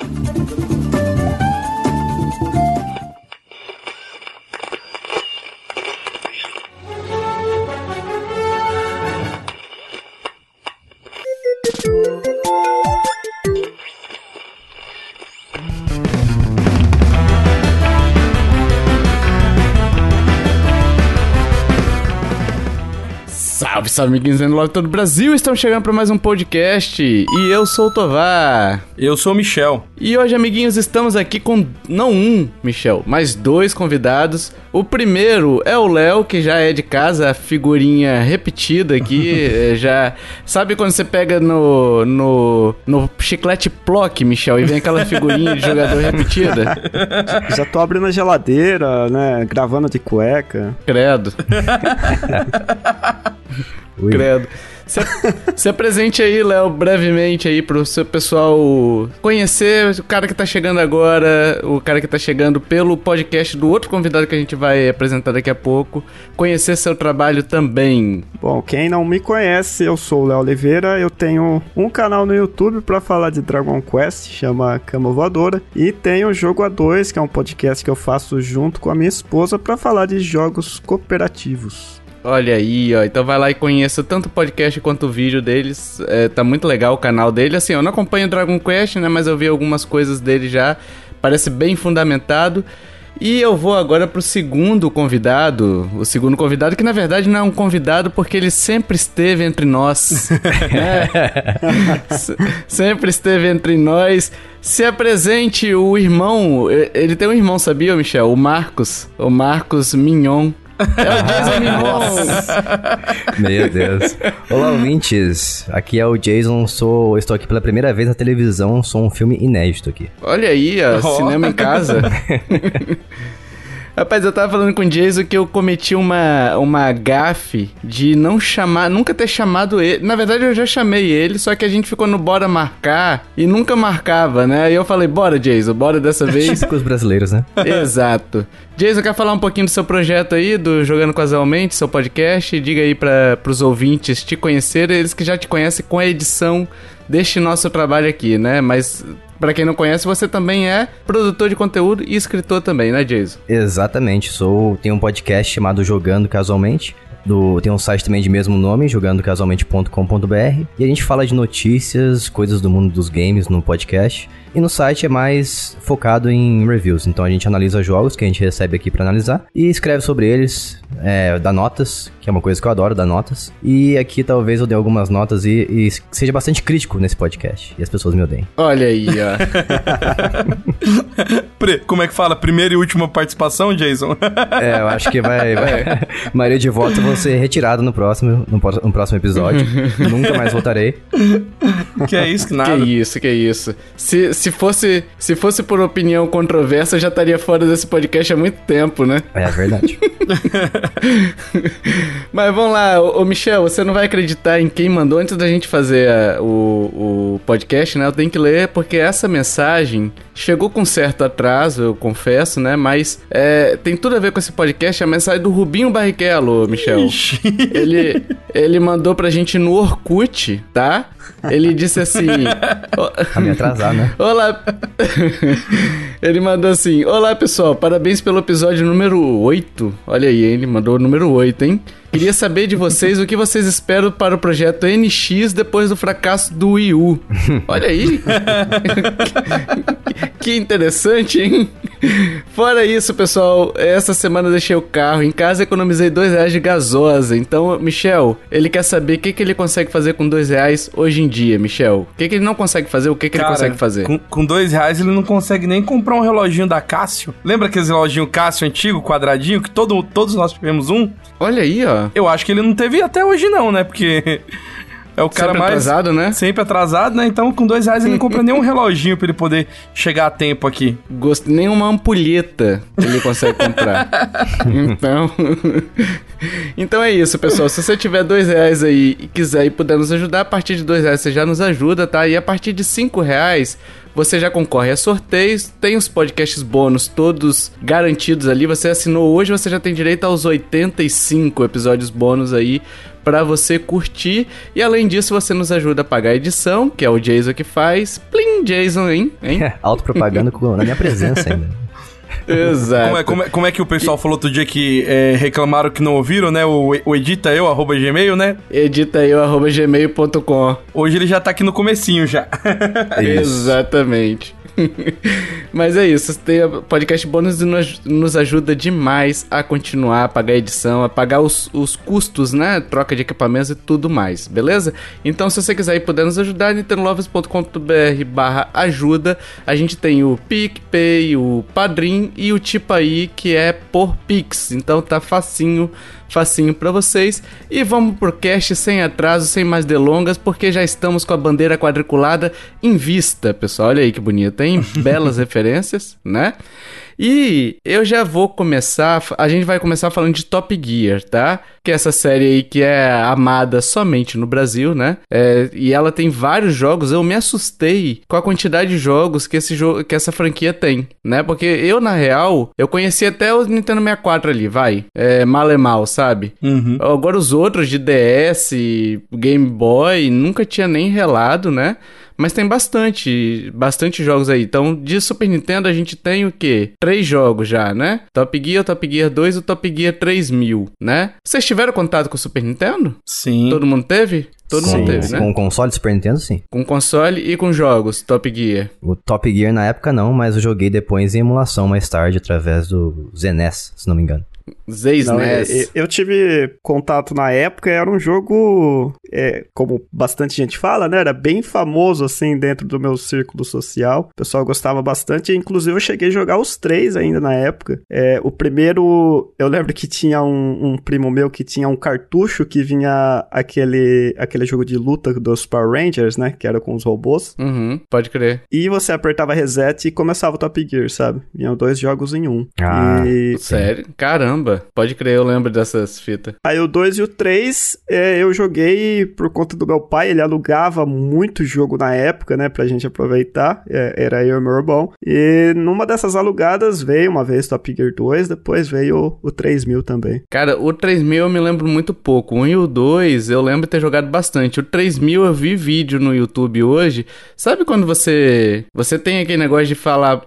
Salve, salve, amiguinhos do todo o Brasil! Estamos chegando para mais um podcast e eu sou o Tovar. Eu sou o Michel. E hoje, amiguinhos, estamos aqui com, não um, Michel, mas dois convidados. O primeiro é o Léo, que já é de casa, a figurinha repetida aqui, já... Sabe quando você pega no chiclete Plock, Michel, e vem aquela figurinha de jogador repetida? Já tô abrindo a geladeira, né, gravando de cueca. Credo. Credo. Se apresente aí, Léo, brevemente aí pro seu pessoal conhecer o cara que tá chegando agora, o cara que tá chegando pelo podcast do outro convidado que a gente vai apresentar daqui a pouco, conhecer seu trabalho também. Bom, quem não me conhece, eu sou o Léo Oliveira, eu tenho um canal no YouTube pra falar de Dragon Quest, chama Cama Voadora, e tenho o Jogo A2, que é um podcast que eu faço junto com a minha esposa pra falar de jogos cooperativos. Olha aí, ó, então vai lá e conheça tanto o podcast quanto o vídeo deles, tá muito legal o canal dele, assim, eu não acompanho o Dragon Quest, né, mas eu vi algumas coisas dele já, parece bem fundamentado, e eu vou agora pro segundo convidado, o segundo convidado que na verdade não é um convidado porque ele sempre esteve entre nós, né? Sempre esteve entre nós. Se apresente o irmão, ele tem um irmão, sabia, Michel? O Marcos Mignon. É o Jason Mignon. Meu Deus. Olá, ouvintes. Aqui é o Jason. Estou aqui pela primeira vez na televisão. Sou um filme inédito aqui. Olha aí, ó, cinema em casa. Rapaz, eu tava falando com o Jason que eu cometi uma gafe de não chamar, nunca ter chamado ele. Na verdade, eu já chamei ele, só que a gente ficou no bora marcar e nunca marcava, né? Aí eu falei, bora, Jason, bora dessa vez. Típicos brasileiros, né? Exato. Jason, quer falar um pouquinho do seu projeto aí, do Jogando Casualmente, seu podcast? Diga aí pros ouvintes te conhecerem, eles que já te conhecem com a edição deste nosso trabalho aqui, né? Mas... Pra quem não conhece, você também é produtor de conteúdo e escritor também, né, Jason? Exatamente, tenho um podcast chamado Jogando Casualmente. Tem um site também de mesmo nome, jogandocasualmente.com.br. E a gente fala de notícias, coisas do mundo dos games no podcast. E no site é mais focado em reviews. Então a gente analisa jogos que a gente recebe aqui pra analisar e escreve sobre eles, dá notas, que é uma coisa que eu adoro, dar notas. E aqui talvez eu dê algumas notas e seja bastante crítico nesse podcast. E as pessoas me odeiem. Olha aí, ó. Como é que fala? Primeira e última participação, Jason? Eu acho que vai. Maioria de votos eu vou ser retirado no próximo episódio. Nunca mais voltarei. Que é isso, que nada. Que isso. Se fosse por opinião controversa, eu já estaria fora desse podcast há muito tempo, né? É verdade. Mas vamos lá, ô Michel, você não vai acreditar em quem mandou antes da gente fazer o podcast, né? Eu tenho que ler porque essa mensagem chegou com certo atraso, eu confesso, né? Mas tem tudo a ver com esse podcast, é a mensagem do Rubinho Barrichello, Michel. Ele mandou pra gente no Orkut, tá? Ele disse assim... Tá me atrasar, né? Olá... Ele mandou assim... Olá, pessoal. Parabéns pelo episódio número 8. Olha aí, ele mandou o número 8, hein? Queria saber de vocês o que vocês esperam para o projeto NX depois do fracasso do Wii U. Olha aí. Que interessante, hein? Fora isso, pessoal, essa semana eu deixei o carro em casa e economizei R$2 de gasosa. Então, Michel, ele quer saber o que ele consegue fazer com R$2 hoje em dia, Michel. O que ele não consegue fazer, o que ele consegue fazer? Com R$2 ele não consegue nem comprar um reloginho da Casio. Lembra aqueles reloginho Casio antigo, quadradinho, que todos nós tivemos um? Olha aí, ó. Eu acho que ele não teve até hoje não, né? Porque... É o cara sempre mais... atrasado, né? Sempre atrasado, né? Então, com R$2 ele não compra nem um reloginho pra ele poder chegar a tempo aqui. Nem uma ampulheta ele consegue comprar. Então é isso, pessoal. Se você tiver R$2 aí e quiser e puder nos ajudar, a partir de R$2 você já nos ajuda, tá? E a partir de R$5 você já concorre a sorteios, tem os podcasts bônus todos garantidos ali. Você assinou hoje, você já tem direito aos 85 episódios bônus aí pra você curtir. E além disso, você nos ajuda a pagar a edição, que é o Jason que faz. Plim! Jason, hein? Autopropaganda na minha presença ainda. Exato. Como é que o pessoal falou outro dia que reclamaram que não ouviram, né? O editaeu@gmail, né? editaeu@gmail.com. Hoje ele já tá aqui no comecinho já. Exatamente. Mas é isso, tem podcast bônus nos ajuda demais a continuar a pagar a edição, a pagar os custos, né? Troca de equipamentos e tudo mais, beleza? Então, se você quiser ir puder nos ajudar, nintendolovers.com.br/ajuda. A gente tem o PicPay, o Padrim e o Tipaí, que é por Pix. Então tá facinho pra vocês. E vamos pro cast sem atraso, sem mais delongas, porque já estamos com a bandeira quadriculada em vista, pessoal. Olha aí que bonito, hein? Belas referências, né? E eu já vou começar, a gente vai começar falando de Top Gear, tá? Que é essa série aí que é amada somente no Brasil, né? E ela tem vários jogos, eu me assustei com a quantidade de jogos que essa franquia tem, né? Porque eu, na real, eu conheci até o Nintendo 64 ali, mal e mal, sabe? Uhum. Agora os outros de DS, Game Boy, nunca tinha nem relado, né? Mas tem bastante jogos aí. Então, de Super Nintendo a gente tem o quê? 3 jogos já, né? Top Gear, Top Gear 2 e o Top Gear 3000, né? Vocês tiveram contato com o Super Nintendo? Sim. Todo mundo teve? Todo mundo teve, né? Com console Super Nintendo, sim. Com console e com jogos, Top Gear. O Top Gear na época não, mas eu joguei depois em emulação mais tarde, através do ZNES, se não me engano. ZNES. Eu tive contato na época, era um jogo, como bastante gente fala, né? Era bem famoso, assim, dentro do meu círculo social. O pessoal gostava bastante, inclusive eu cheguei a jogar os 3 ainda na época. O primeiro, eu lembro que tinha um primo meu que tinha um cartucho que vinha aquele jogo de luta dos Power Rangers, né? Que era com os robôs. Uhum, pode crer. E você apertava reset e começava o Top Gear, sabe? Vinham 2 jogos em um. Sério? Caramba. Pode crer, eu lembro dessas fitas. Aí o 2 e o 3 eu joguei por conta do meu pai, ele alugava muito jogo na época, né, pra gente aproveitar, era eu e meu irmão, e numa dessas alugadas veio uma vez Top Gear 2, depois veio o 3000 também. Cara, o 3000 eu me lembro muito pouco, o 1 e o 2 eu lembro de ter jogado bastante, o 3000 eu vi vídeo no YouTube hoje, sabe quando você tem aquele negócio de falar,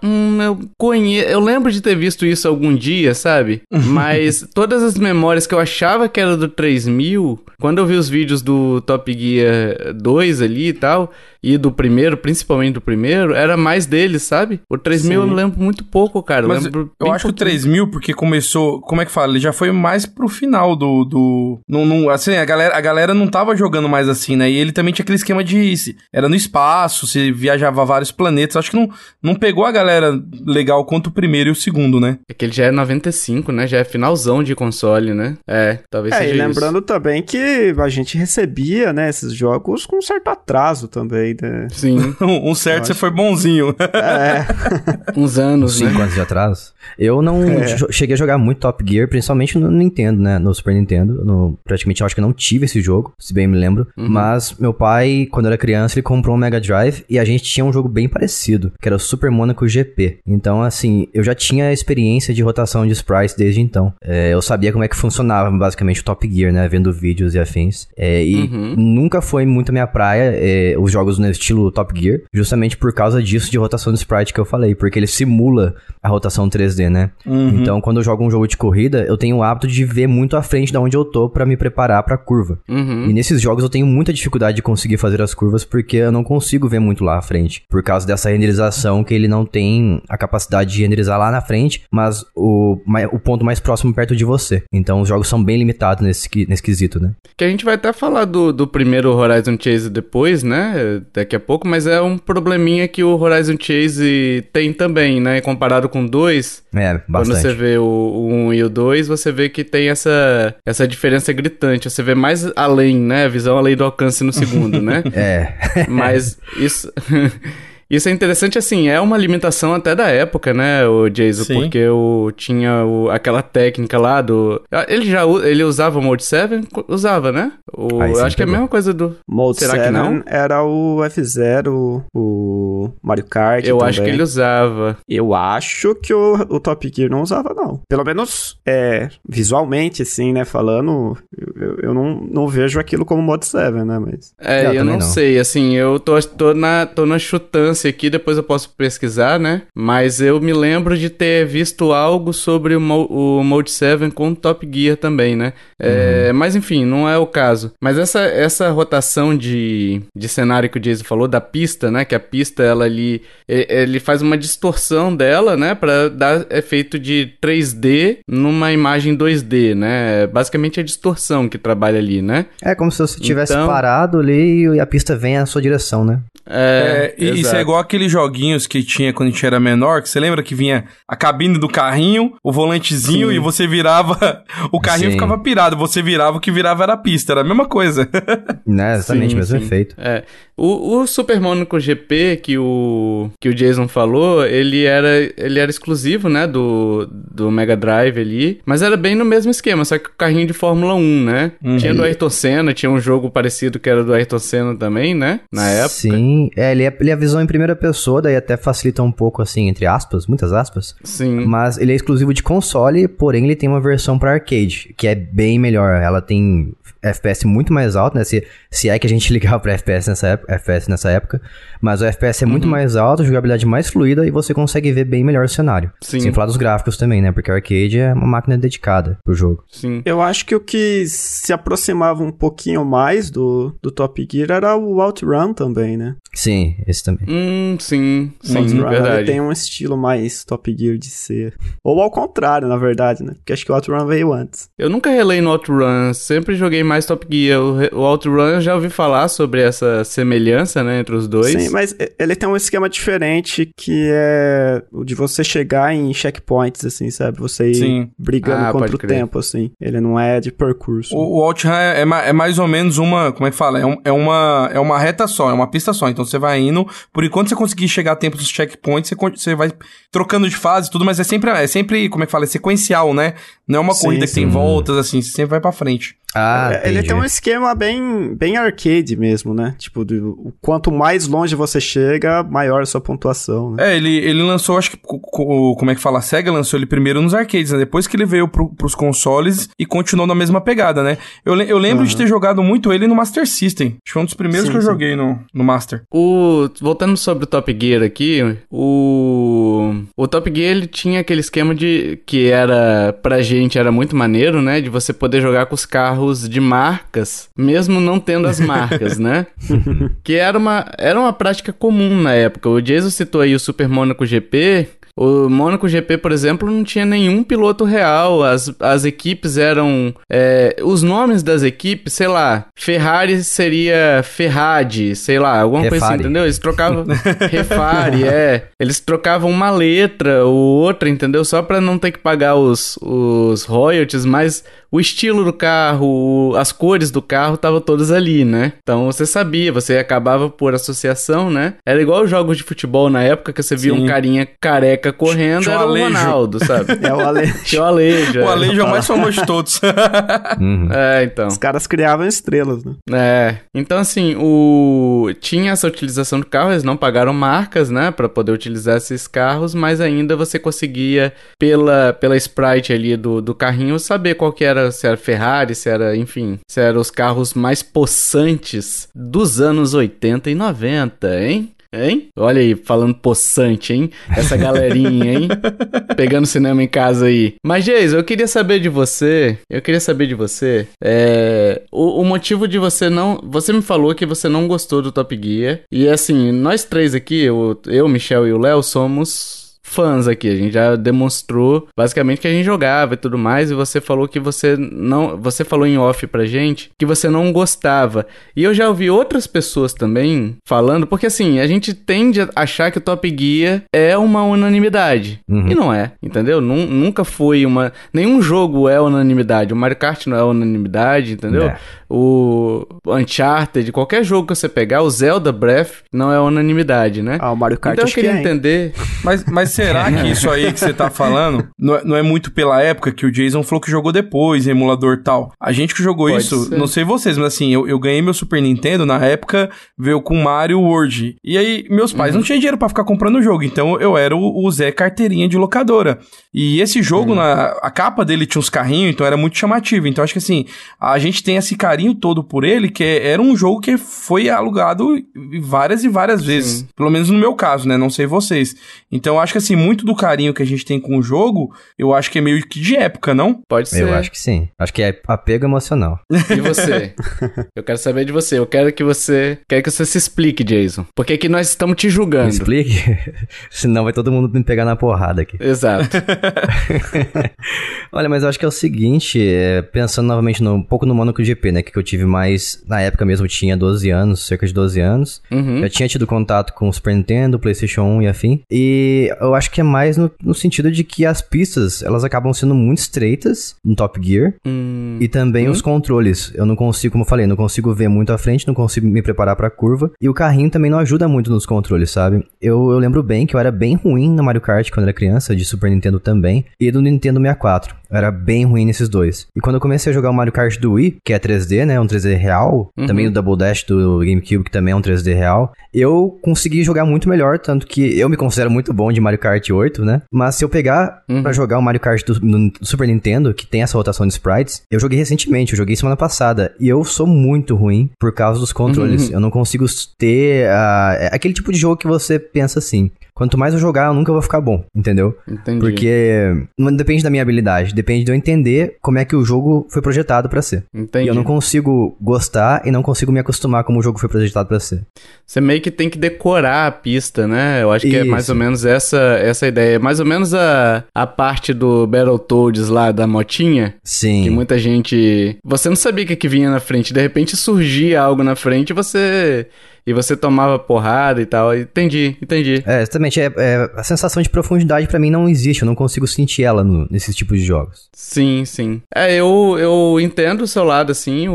eu lembro de ter visto isso algum dia, sabe? Mas todas as memórias que eu achava que era do 3000, quando eu vi os vídeos do Top Gear 2 ali e tal, e do primeiro, principalmente do primeiro, era mais dele, sabe? O 3000 eu me lembro muito pouco, cara. Mas eu acho que o 3000, porque começou, como é que fala? Ele já foi mais pro final assim, a galera não tava jogando mais assim, né? E ele também tinha aquele esquema era no espaço, você viajava a vários planetas. Acho que não pegou a galera legal quanto o primeiro e o segundo, né? É que ele já é 95, né? Já é finalzão de console, né? Talvez seja e lembrando isso. Também que a gente recebia, né, esses jogos com um certo atraso também, né? Sim. Um certo você foi bonzinho. Uns anos, 5 anos de atraso. Eu não cheguei a jogar muito Top Gear, principalmente no Nintendo, né? No Super Nintendo. Praticamente eu acho que eu não tive esse jogo, se bem me lembro. Uhum. Mas meu pai, quando eu era criança, ele comprou um Mega Drive e a gente tinha um jogo bem parecido, que era o Super Monaco GP. Então, assim, eu já tinha a experiência de rotação de sprites desde então. Eu sabia como é que funcionava, basicamente, o Top Gear, né? Vendo vídeos e afins. Nunca foi muito a minha praia os jogos no estilo Top Gear, justamente por causa disso de rotação de sprite que eu falei, porque ele simula a rotação 3D, né? Então, quando eu jogo um jogo de corrida, eu tenho o hábito de ver muito à frente de onde eu tô pra me preparar pra curva. E nesses jogos eu tenho muita dificuldade de conseguir fazer as curvas, porque eu não consigo ver muito lá à frente, por causa dessa renderização que ele não tem a capacidade de renderizar lá na frente, mas o ponto mais próximo perto de você. Então os jogos são bem limitados nesse quesito, né? Que a gente vai até falar do primeiro Horizon Chase depois, né? Daqui a pouco, mas é um probleminha que o Horizon Chase tem também, né? Comparado com o 2. Bastante. Quando você vê o 1 e o 2, você vê que tem essa diferença gritante. Você vê mais além, né? A visão além do alcance no segundo, né? Mas isso... Isso é interessante, assim, é uma limitação até da época, né, o Jason? Sim. Porque tinha aquela técnica lá do... Ele usava o Mode 7? Usava, né? Eu acho que é a mesma coisa do... Mode Será 7 que não? Era o F0, o no Mario Kart Eu também. acho que ele usava. Eu acho que o Top Gear não usava, não. Pelo menos, visualmente, assim, né, falando, eu não vejo aquilo como Mod 7, né, mas... Eu não sei, assim, eu tô na chutância aqui, depois eu posso pesquisar, né, mas eu me lembro de ter visto algo sobre o Mode 7 com o Top Gear também, né, mas enfim, não é o caso. Mas essa rotação de cenário que o Jason falou, da pista, né, que a pista, ela ali, ele faz uma distorção dela, né, pra dar efeito de 3D numa imagem 2D, né, basicamente a distorção que trabalha ali, né. É como se você estivesse parado ali e a pista vem à sua direção, né. Isso é igual aqueles joguinhos que tinha quando a gente era menor, que você lembra que vinha a cabine do carrinho, o volantezinho, e você virava, o carrinho ficava pirado, você virava, o que virava era a pista, era a mesma coisa. Né, exatamente, mesmo efeito. O Super Monaco GP que o Jason falou, ele era exclusivo, né, do Mega Drive ali, mas era bem no mesmo esquema, só que o carrinho de Fórmula 1, né? Tinha do Ayrton Senna, tinha um jogo parecido que era do Ayrton Senna também, né? Na época. Sim, ele é a visão em primeira pessoa, daí até facilita um pouco, assim, entre aspas, muitas aspas. Sim. Mas ele é exclusivo de console, porém ele tem uma versão pra arcade, que é bem melhor. Ela tem FPS muito mais alto, né? Se é que a gente ligava pra FPS nessa época. Mas o FPS é muito mais alto, jogabilidade mais fluida e você consegue ver bem melhor o cenário. Sim. Sem falar dos gráficos também, né? Porque o arcade é uma máquina dedicada pro jogo. Sim. Eu acho que o que se aproximava um pouquinho mais do Top Gear era o OutRun também, né? Sim, esse também. Sim, OutRun, verdade. ele tem um estilo mais Top Gear de ser. Ou ao contrário, na verdade, né? Porque acho que o OutRun veio antes. Eu nunca relei no OutRun, sempre joguei mais Top Gear. O OutRun eu já ouvi falar sobre essa semelhança, né, entre os dois. Sim, mas ele tem um esquema diferente que é o de você chegar em checkpoints, assim, sabe? Você ir brigando contra o tempo, assim. Ele não é de percurso. O OutRun é mais ou menos uma... Como é que fala? É uma reta só, é uma pista só. Então você vai indo... Por enquanto você conseguir chegar a tempo dos checkpoints, você vai trocando de fase e tudo, mas é sempre, como é que fala? É sequencial, né? Não é uma corrida que tem voltas, assim. Você sempre vai pra frente. Ele tem um esquema bem arcade mesmo, né? Tipo, quanto mais longe você chega, maior a sua pontuação, né? Ele lançou, acho que, como é que fala? A SEGA lançou ele primeiro nos arcades, né? Depois que ele veio pros consoles e continuou na mesma pegada, né? Eu lembro de ter jogado muito ele no Master System. Acho que foi um dos primeiros que eu joguei no Master. Voltando sobre o Top Gear aqui, o Top Gear, ele tinha aquele esquema que era, pra gente, era muito maneiro, né? De você poder jogar com os carros de marcas, mesmo não tendo as marcas, né? Que era uma prática comum na época. O Jason citou aí o Super Monaco GP. O Monaco GP, por exemplo, não tinha nenhum piloto real. As equipes eram... os nomes das equipes, sei lá, Ferrari seria Ferrari, sei lá, alguma coisa assim, entendeu? Eles trocavam... Refari, Eles trocavam uma letra ou outra, entendeu? Só pra não ter que pagar os royalties, mas o estilo do carro, as cores do carro estavam todas ali, né? Então você sabia, você acabava por associação, né? Era igual os jogos de futebol na época, que você via um carinha careca correndo, era o Ronaldo, sabe? O Alejo. Tinha o Alejo. O Alejo é o mais famoso de todos. Então. Os caras criavam estrelas, né? Então assim, tinha essa utilização do carro, eles não pagaram marcas, né, pra poder utilizar esses carros, mas ainda você conseguia, pela sprite ali do carrinho, saber qual que era, se era Ferrari, se era, enfim, se eram os carros mais possantes dos anos 80 e 90, hein? Olha aí, falando possante, hein? Essa galerinha, hein? Pegando cinema em casa aí. Mas, Jason, eu queria saber de você... O motivo de você não... Você me falou que você não gostou do Top Gear. E, assim, nós três aqui, eu, Michel e o Léo, somos... fãs aqui, a gente já demonstrou basicamente que a gente jogava e tudo mais, e você falou que você falou em off pra gente que você não gostava, e eu já ouvi outras pessoas também falando, porque assim, a gente tende a achar que o Top Gear é uma unanimidade, e não é, entendeu? Nunca foi nenhum jogo é unanimidade, o Mario Kart não é unanimidade, entendeu? O Uncharted, qualquer jogo que você pegar, o Zelda Breath não é unanimidade, né? O Mario Kart então eu queria entender... Mas será que isso aí que você tá falando não é muito pela época que o Jason falou que jogou depois, emulador e tal? A gente que jogou Pode isso, ser. não sei vocês, mas assim, eu ganhei meu Super Nintendo, na época veio com Mario World. E aí, meus pais não tinham dinheiro pra ficar comprando o jogo, então eu era o Zé carteirinha de locadora. E esse jogo, a capa dele tinha uns carrinhos, então era muito chamativo. Então acho que assim, a gente tem esse carinho todo por ele, que era um jogo que foi alugado várias e várias vezes. Sim. Pelo menos no meu caso, né? Não sei vocês. Então acho que assim, muito do carinho que a gente tem com o jogo, eu acho que é meio que de época, não? Pode ser. Eu acho que sim. Acho que é apego emocional. E você? Eu quero saber de você. Eu quero que você se explique, Jason. Porque aqui nós estamos te Me julgando. explique? Senão vai todo mundo me pegar na porrada aqui. Exato. Olha, mas eu acho que é o seguinte, pensando novamente um pouco no Monaco GP, né, que eu tive mais, na época mesmo tinha 12 anos, cerca de 12 anos, já tinha tido contato com o Super Nintendo, PlayStation 1 e afim, e eu acho que é mais no sentido de que as pistas, elas acabam sendo muito estreitas no Top Gear, e também os controles, eu não consigo, como eu falei, não consigo ver muito à frente, não consigo me preparar pra curva, e o carrinho também não ajuda muito nos controles, sabe? Eu lembro bem que eu era bem ruim no Mario Kart quando era criança, de Super Nintendo também, e do Nintendo 64. Eu era bem ruim nesses dois. E quando eu comecei a jogar o Mario Kart do Wii, que é 3D, né? Um 3D real. Também o Double Dash do GameCube, que também é um 3D real. Eu consegui jogar muito melhor, tanto que eu me considero muito bom de Mario Kart 8, né? Mas se eu pegar pra jogar o Mario Kart no Super Nintendo, que tem essa rotação de sprites, eu joguei recentemente, eu joguei semana passada. E eu sou muito ruim por causa dos controles. Eu não consigo ter aquele tipo de jogo que você pensa assim... Quanto mais eu jogar, eu nunca vou ficar bom, entendeu? Entendi. Porque não depende da minha habilidade, depende de eu entender como é que o jogo foi projetado pra ser. Entendi. E eu não consigo gostar e não consigo me acostumar como o jogo foi projetado pra ser. Você meio que tem que decorar a pista, né? Eu acho que é mais ou menos essa ideia. Mais ou menos a parte do Battletoads lá, da motinha. Sim. Que muita gente... Você não sabia o que vinha na frente. De repente surgia algo na frente e você tomava porrada e tal. Entendi. Exatamente. A sensação de profundidade pra mim não existe. Eu não consigo sentir ela nesses tipos de jogos. Sim. Eu entendo o seu lado, assim.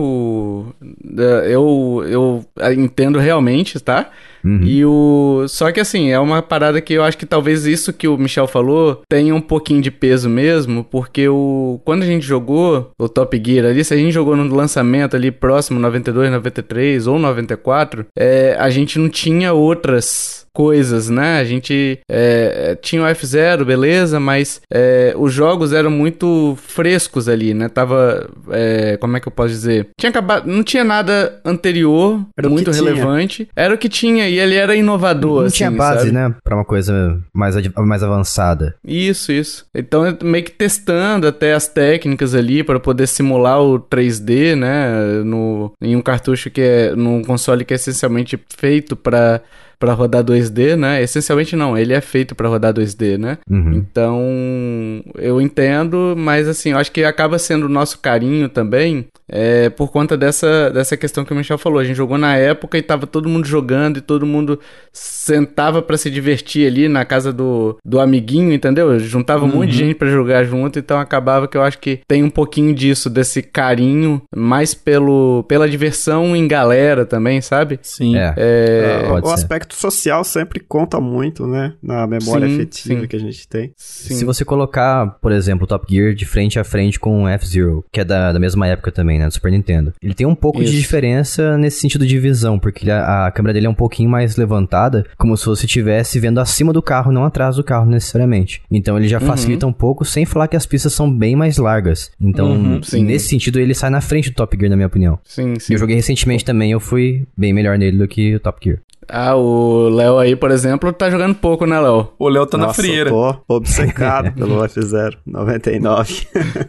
Eu entendo realmente, tá? Só que assim, é uma parada que eu acho que talvez isso que o Michel falou tenha um pouquinho de peso mesmo, porque quando a gente jogou o Top Gear ali, se a gente jogou no lançamento ali próximo, 92, 93 ou 94, a gente não tinha outras coisas, né? A gente tinha o F0, beleza, mas os jogos eram muito frescos ali, né? Tava, como é que eu posso dizer? Não tinha nada anterior, muito relevante. Era o que tinha, e ele era inovador, não tinha base, sabe? né? Pra uma coisa mais avançada. Isso. Então, eu meio que testando até as técnicas ali para poder simular o 3D, né? Em um cartucho num console que é essencialmente feito pra rodar 2D, né? Essencialmente não, ele é feito pra rodar 2D, né? Então, eu entendo, mas assim, eu acho que acaba sendo o nosso carinho também, por conta dessa questão que o Michel falou. A gente jogou na época e tava todo mundo jogando e todo mundo sentava pra se divertir ali na casa do amiguinho, entendeu? Juntava um monte de gente pra jogar junto, então acabava que eu acho que tem um pouquinho disso, desse carinho, mais pela diversão em galera também, sabe? Sim. O aspecto social sempre conta muito, né? Na memória afetiva que a gente tem. Sim. Se você colocar, por exemplo, o Top Gear de frente a frente com o F-Zero, que é da mesma época também, né? Do Super Nintendo. Ele tem um pouco de diferença nesse sentido de visão, porque a câmera dele é um pouquinho mais levantada, como se você estivesse vendo acima do carro, não atrás do carro necessariamente. Então ele já facilita um pouco, sem falar que as pistas são bem mais largas. Então, nesse sentido, ele sai na frente do Top Gear, na minha opinião. Sim. Eu joguei recentemente também, eu fui bem melhor nele do que o Top Gear. O Léo aí, por exemplo, tá jogando pouco, né, Léo? O Léo tá na frieira. Eu tô obcecado pelo F0 99.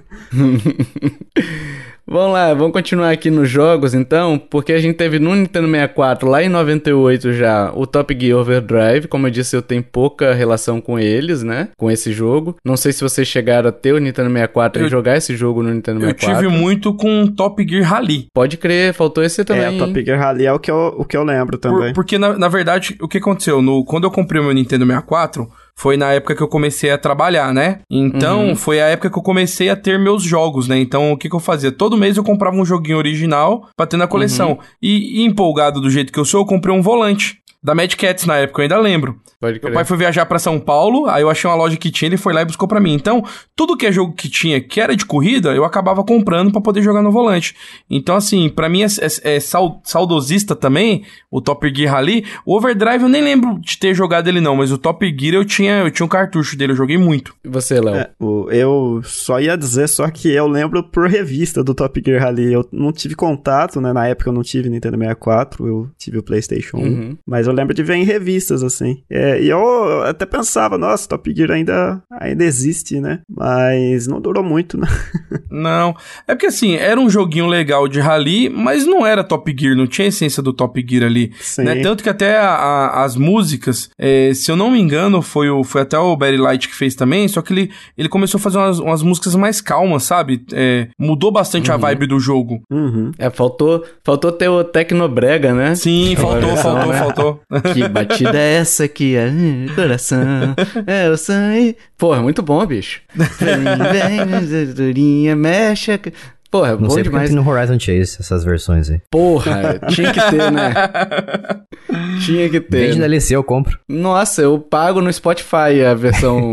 Vamos lá, vamos continuar aqui nos jogos então, porque a gente teve no Nintendo 64, lá em 98 já, o Top Gear Overdrive. Como eu disse, eu tenho pouca relação com eles, né, com esse jogo. Não sei se vocês chegaram a ter o Nintendo 64 e jogar esse jogo no Nintendo 64. Eu tive muito com Top Gear Rally. Pode crer, faltou esse também. O Top Gear Rally é o que eu lembro também. Porque, na verdade, o que aconteceu? Quando eu comprei o meu Nintendo 64... foi na época que eu comecei a trabalhar, né? Então, foi a época que eu comecei a ter meus jogos, né? Então, o que eu fazia? Todo mês eu comprava um joguinho original pra ter na coleção. E empolgado do jeito que eu sou, eu comprei um volante da Mad Catz na época, eu ainda lembro. Pode crer. Meu pai foi viajar pra São Paulo, aí eu achei uma loja que tinha, ele foi lá e buscou pra mim. Então, tudo que é jogo que tinha, que era de corrida, eu acabava comprando pra poder jogar no volante. Então, assim, pra mim é saudosista também, o Top Gear Rally. O Overdrive eu nem lembro de ter jogado ele não, mas o Top Gear eu tinha um cartucho dele, eu joguei muito. E você, Léo? Eu só ia dizer, só que eu lembro por revista do Top Gear Rally. Eu não tive contato, né? Na época eu não tive Nintendo 64, eu tive o PlayStation 1. Mas eu lembro de ver em revistas, assim. E eu até pensava, nossa, Top Gear ainda existe, né? Mas não durou muito, né? Não, é porque assim, era um joguinho legal de rally, mas não era Top Gear, não tinha a essência do Top Gear ali. Né? Tanto que até as músicas, se eu não me engano, foi até o Barry Light que fez também, só que ele começou a fazer umas músicas mais calmas, sabe? Mudou bastante a vibe do jogo. Faltou ter o Tecnobrega, né? Sim, faltou. Que batida é essa aqui? Coração, o sangue. Porra, muito bom, bicho. Vem, durinha, mexe. Porra, não bom sei demais. Tem no Horizon Chase essas versões aí. Porra, tinha que ter, né? Tinha que ter. Vende na LC, eu compro. Nossa, eu pago no Spotify a versão...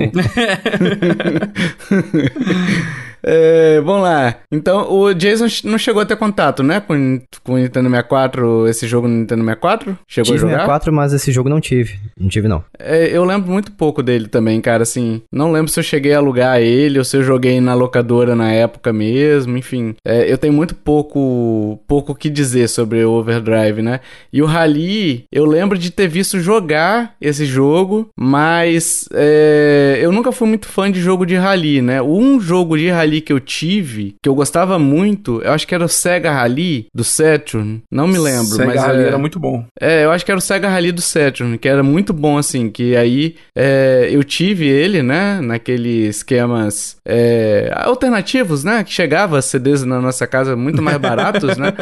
vamos lá. Então, o Jason não chegou a ter contato, né? Com o Nintendo 64, esse jogo no Nintendo 64? Chegou a jogar? Tive 64, mas esse jogo não tive. Não tive, não. Eu lembro muito pouco dele também, cara, assim. Não lembro se eu cheguei a alugar ele ou se eu joguei na locadora na época mesmo, enfim. Eu tenho muito pouco o que dizer sobre o Overdrive, né? E o Rally, eu lembro de ter visto jogar esse jogo, mas eu nunca fui muito fã de jogo de Rally, né? Um jogo de Rally que eu tive, que eu gostava muito, eu acho que era o Sega Rally do Saturn, não me lembro. Sega mas Rally era muito bom. Eu acho que era o Sega Rally do Saturn, que era muito bom, assim, que aí eu tive ele, né, naqueles esquemas alternativos, né, que chegava CDs na nossa casa muito mais baratos, né,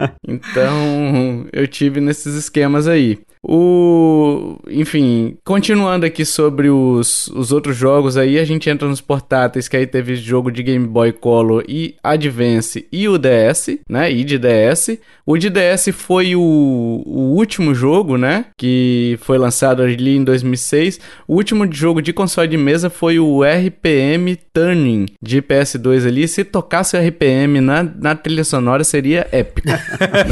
então eu tive nesses esquemas aí. Enfim, continuando aqui sobre os outros jogos aí, a gente entra nos portáteis, que aí teve jogo de Game Boy Color e Advance e o DS, né, e de DS. O de DS foi o último jogo, né, que foi lançado ali em 2006. O último jogo de console de mesa foi o RPM Turning de PS2 ali. Se tocasse o RPM na trilha sonora seria épico, né?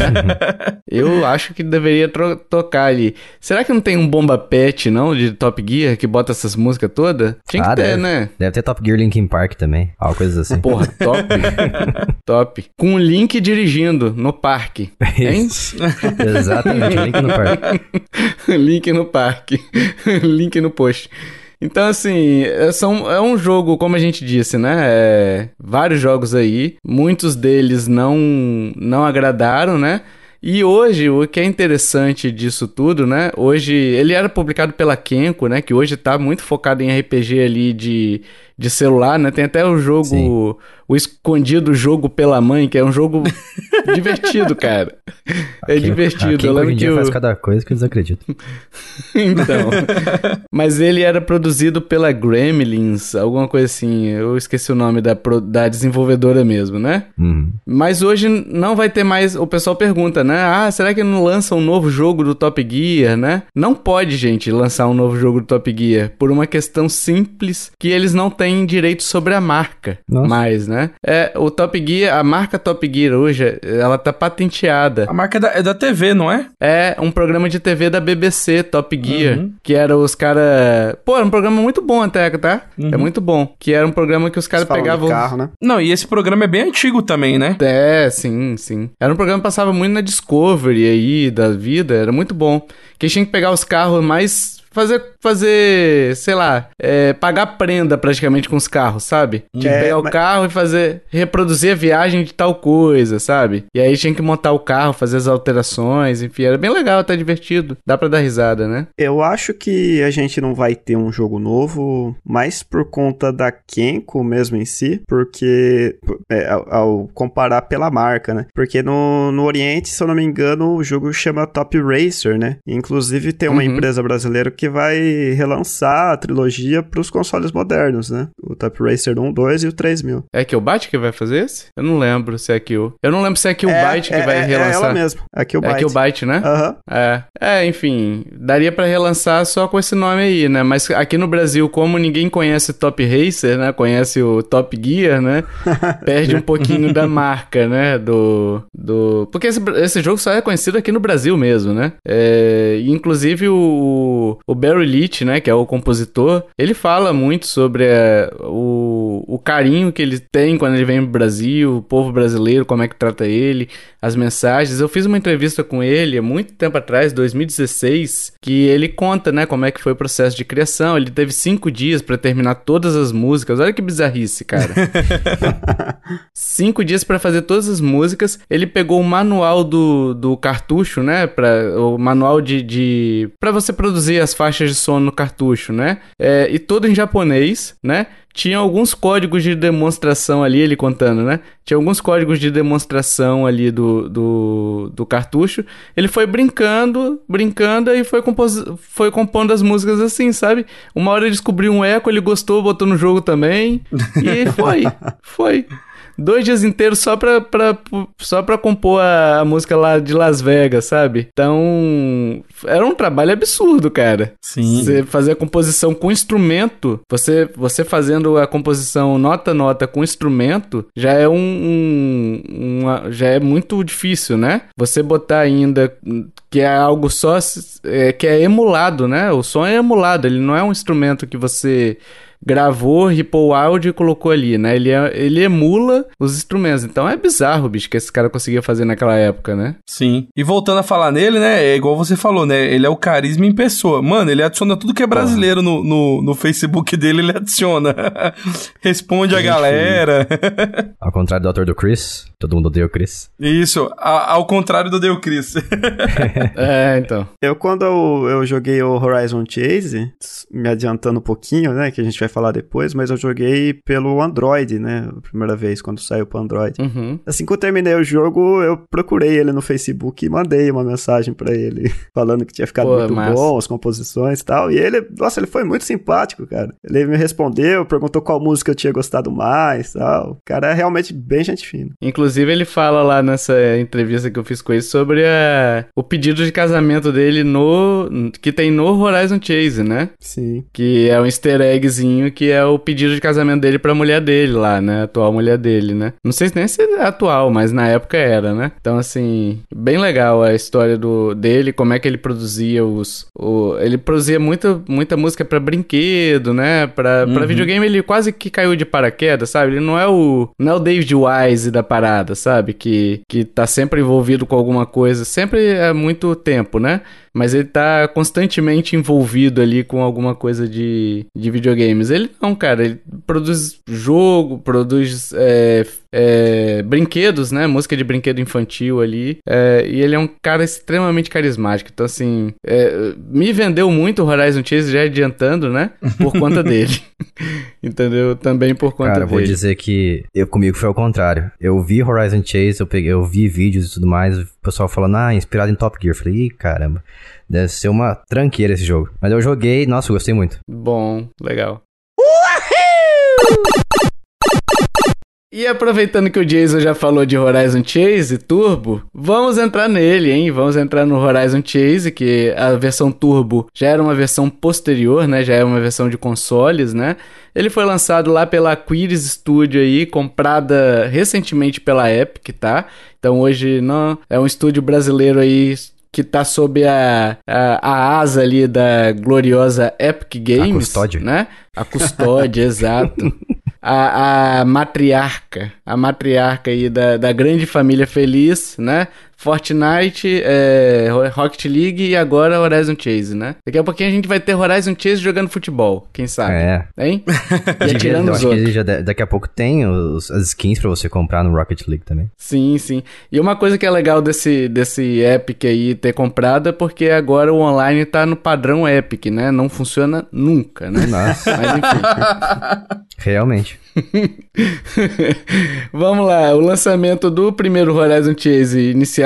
Eu acho que deveria tocar ali. Será que não tem um Bomba Pet, não, de Top Gear, que bota essas músicas todas? Tinha que ter, deve, né? Deve ter Top Gear Linkin Park também, coisas assim. Porra, top. Top. Com o Link dirigindo no parque, hein? Exatamente, Link no parque. Link no parque. Link no post. Então, assim, é um jogo, como a gente disse, né? Vários jogos aí, muitos deles não agradaram, né? E hoje, o que é interessante disso tudo, né? Hoje, ele era publicado pela Kenko, né? Que hoje tá muito focado em RPG ali de celular, né? Tem até o jogo... Sim. O Escondido Jogo pela Mãe, que é um jogo divertido, cara. É divertido. Eu lembro que faz cada coisa que eu desacredito. Então. Mas ele era produzido pela Gremlins, alguma coisa assim. Eu esqueci o nome da desenvolvedora mesmo, né? Mas hoje não vai ter mais... O pessoal pergunta, né? Será que não lança um novo jogo do Top Gear, né? Não pode, gente, lançar um novo jogo do Top Gear. Por uma questão simples, que eles não têm direito sobre a marca. Nossa. Mais, né? O Top Gear, a marca Top Gear hoje, ela tá patenteada. A marca é da TV, não é? É um programa de TV da BBC, Top Gear, que era os caras... Pô, era um programa muito bom até, tá? É muito bom. Que era um programa que os caras pegavam... carro, né? Não, e esse programa é bem antigo também, né? Sim. Era um programa que passava muito na Discovery aí, da vida, era muito bom. Que tinha que pegar os carros mais... Fazer, sei lá, pagar prenda praticamente com os carros, sabe? Tinha que pegar o carro e reproduzir a viagem de tal coisa, sabe? E aí tinha que montar o carro, fazer as alterações, enfim, era bem legal, até divertido. Dá pra dar risada, né? Eu acho que a gente não vai ter um jogo novo, mais por conta da Kenko mesmo em si, porque, ao comparar pela marca, né? Porque no Oriente, se eu não me engano, o jogo chama Top Racer, né? Inclusive tem uma empresa brasileira que vai relançar a trilogia para os consoles modernos, né? O Top Racer 1, 2 e o 3000. É a Killbyte que vai fazer esse? Eu não lembro se é a Kill. Eu não lembro se é a Killbyte que vai relançar. É ela mesmo, a Killbyte. É a Killbyte, né? Aham. Enfim, daria pra relançar só com esse nome aí, né? Mas aqui no Brasil, como ninguém conhece Top Racer, né? Conhece o Top Gear, né? Perde um pouquinho da marca, né? Porque esse jogo só é conhecido aqui no Brasil mesmo, né? Inclusive o Barry Leach, né? Que é o compositor, ele fala muito sobre o carinho que ele tem quando ele vem pro Brasil, o povo brasileiro, como é que trata ele, as mensagens. Eu fiz uma entrevista com ele há muito tempo atrás, 2016, que ele conta, né, como é que foi o processo de criação. Ele teve 5 dias pra terminar todas as músicas. Olha que bizarrice, cara. 5 dias pra fazer todas as músicas. Ele pegou o manual do cartucho, né, o manual pra você produzir as faixas de som no cartucho, né, e todo em japonês, né. Tinha alguns códigos de demonstração ali, ele contando, né? Tinha alguns códigos de demonstração ali do cartucho. Ele foi brincando e foi compondo as músicas assim, sabe? Uma hora ele descobriu um eco, ele gostou, botou no jogo também. E foi. 2 dias inteiros só pra compor a música lá de Las Vegas, sabe? Então, era um trabalho absurdo, cara. Sim. Você fazer a composição com instrumento, você fazendo a composição nota-nota com instrumento, já é já é muito difícil, né? Você botar ainda que é algo só que é emulado, né? O som é emulado, ele não é um instrumento que você gravou, ripou o áudio e colocou ali, né? Ele emula os instrumentos. Então é bizarro, bicho, que esse cara conseguia fazer naquela época, né? Sim. E voltando a falar nele, né? É igual você falou, né? Ele é o carisma em pessoa. Mano, ele adiciona tudo que é brasileiro no Facebook dele, ele adiciona. Responde a galera. Ao contrário do autor do Chris, todo mundo odeia o Chris. Isso, ao contrário do Deu Chris. Então. Quando eu joguei o Horizon Chase, me adiantando um pouquinho, né? Que a gente vai falar depois, mas eu joguei pelo Android, né? A primeira vez, quando saiu pro Android. Uhum. Assim que eu terminei o jogo, eu procurei ele no Facebook e mandei uma mensagem pra ele, falando que tinha ficado muito bom, as composições e tal. E ele foi muito simpático, cara. Ele me respondeu, perguntou qual música eu tinha gostado mais e tal. O cara é realmente bem gente fina. Inclusive, ele fala lá nessa entrevista que eu fiz com ele sobre o pedido de casamento dele que tem no Horizon Chase, né? Sim. Que é um easter eggzinho que é o pedido de casamento dele pra mulher dele lá, né? A atual mulher dele, né? Não sei nem se é atual, mas na época era, né? Então, assim, bem legal a história dele, como é que ele produzia ele produzia muita música pra brinquedo, né? Pra videogame ele quase que caiu de paraquedas, sabe? Ele não é o David Wise da parada, sabe? Que tá sempre envolvido com alguma coisa, sempre há muito tempo, né? Mas ele tá constantemente envolvido ali com alguma coisa de videogames. Ele não, cara, ele produz jogo, produz brinquedos, né? Música de brinquedo infantil ali. E ele é um cara extremamente carismático. Então, assim, me vendeu muito o Horizon Chase, já adiantando, né? Por conta dele. Entendeu? Também por conta dele. Cara, vou dizer que comigo foi ao contrário. Eu vi Horizon Chase, eu vi vídeos e tudo mais, o pessoal falando, inspirado em Top Gear. Eu falei, ih, caramba, deve ser uma tranqueira esse jogo. Mas eu joguei, nossa, eu gostei muito. Bom, legal. E aproveitando que o Jason já falou de Horizon Chase Turbo, vamos entrar nele, hein? Vamos entrar no Horizon Chase, que a versão Turbo já era uma versão posterior, né? Já é uma versão de consoles, né? Ele foi lançado lá pela Aquiris Studio aí, comprada recentemente pela Epic, tá? Então hoje não é um estúdio brasileiro aí que tá sob a asa ali da gloriosa Epic Games. A custódia. Né? A custódia, exato. A matriarca aí da grande família feliz, né? Fortnite, Rocket League e agora Horizon Chase, né? Daqui a pouquinho a gente vai ter Horizon Chase jogando futebol, quem sabe? Hein? E atirando os outros. Que daqui a pouco tem as skins pra você comprar no Rocket League também. Sim, sim. E uma coisa que é legal desse Epic aí ter comprado é porque agora o online tá no padrão Epic, né? Não funciona nunca, né? Nossa. Mas enfim. Realmente. Vamos lá, o lançamento do primeiro Horizon Chase inicial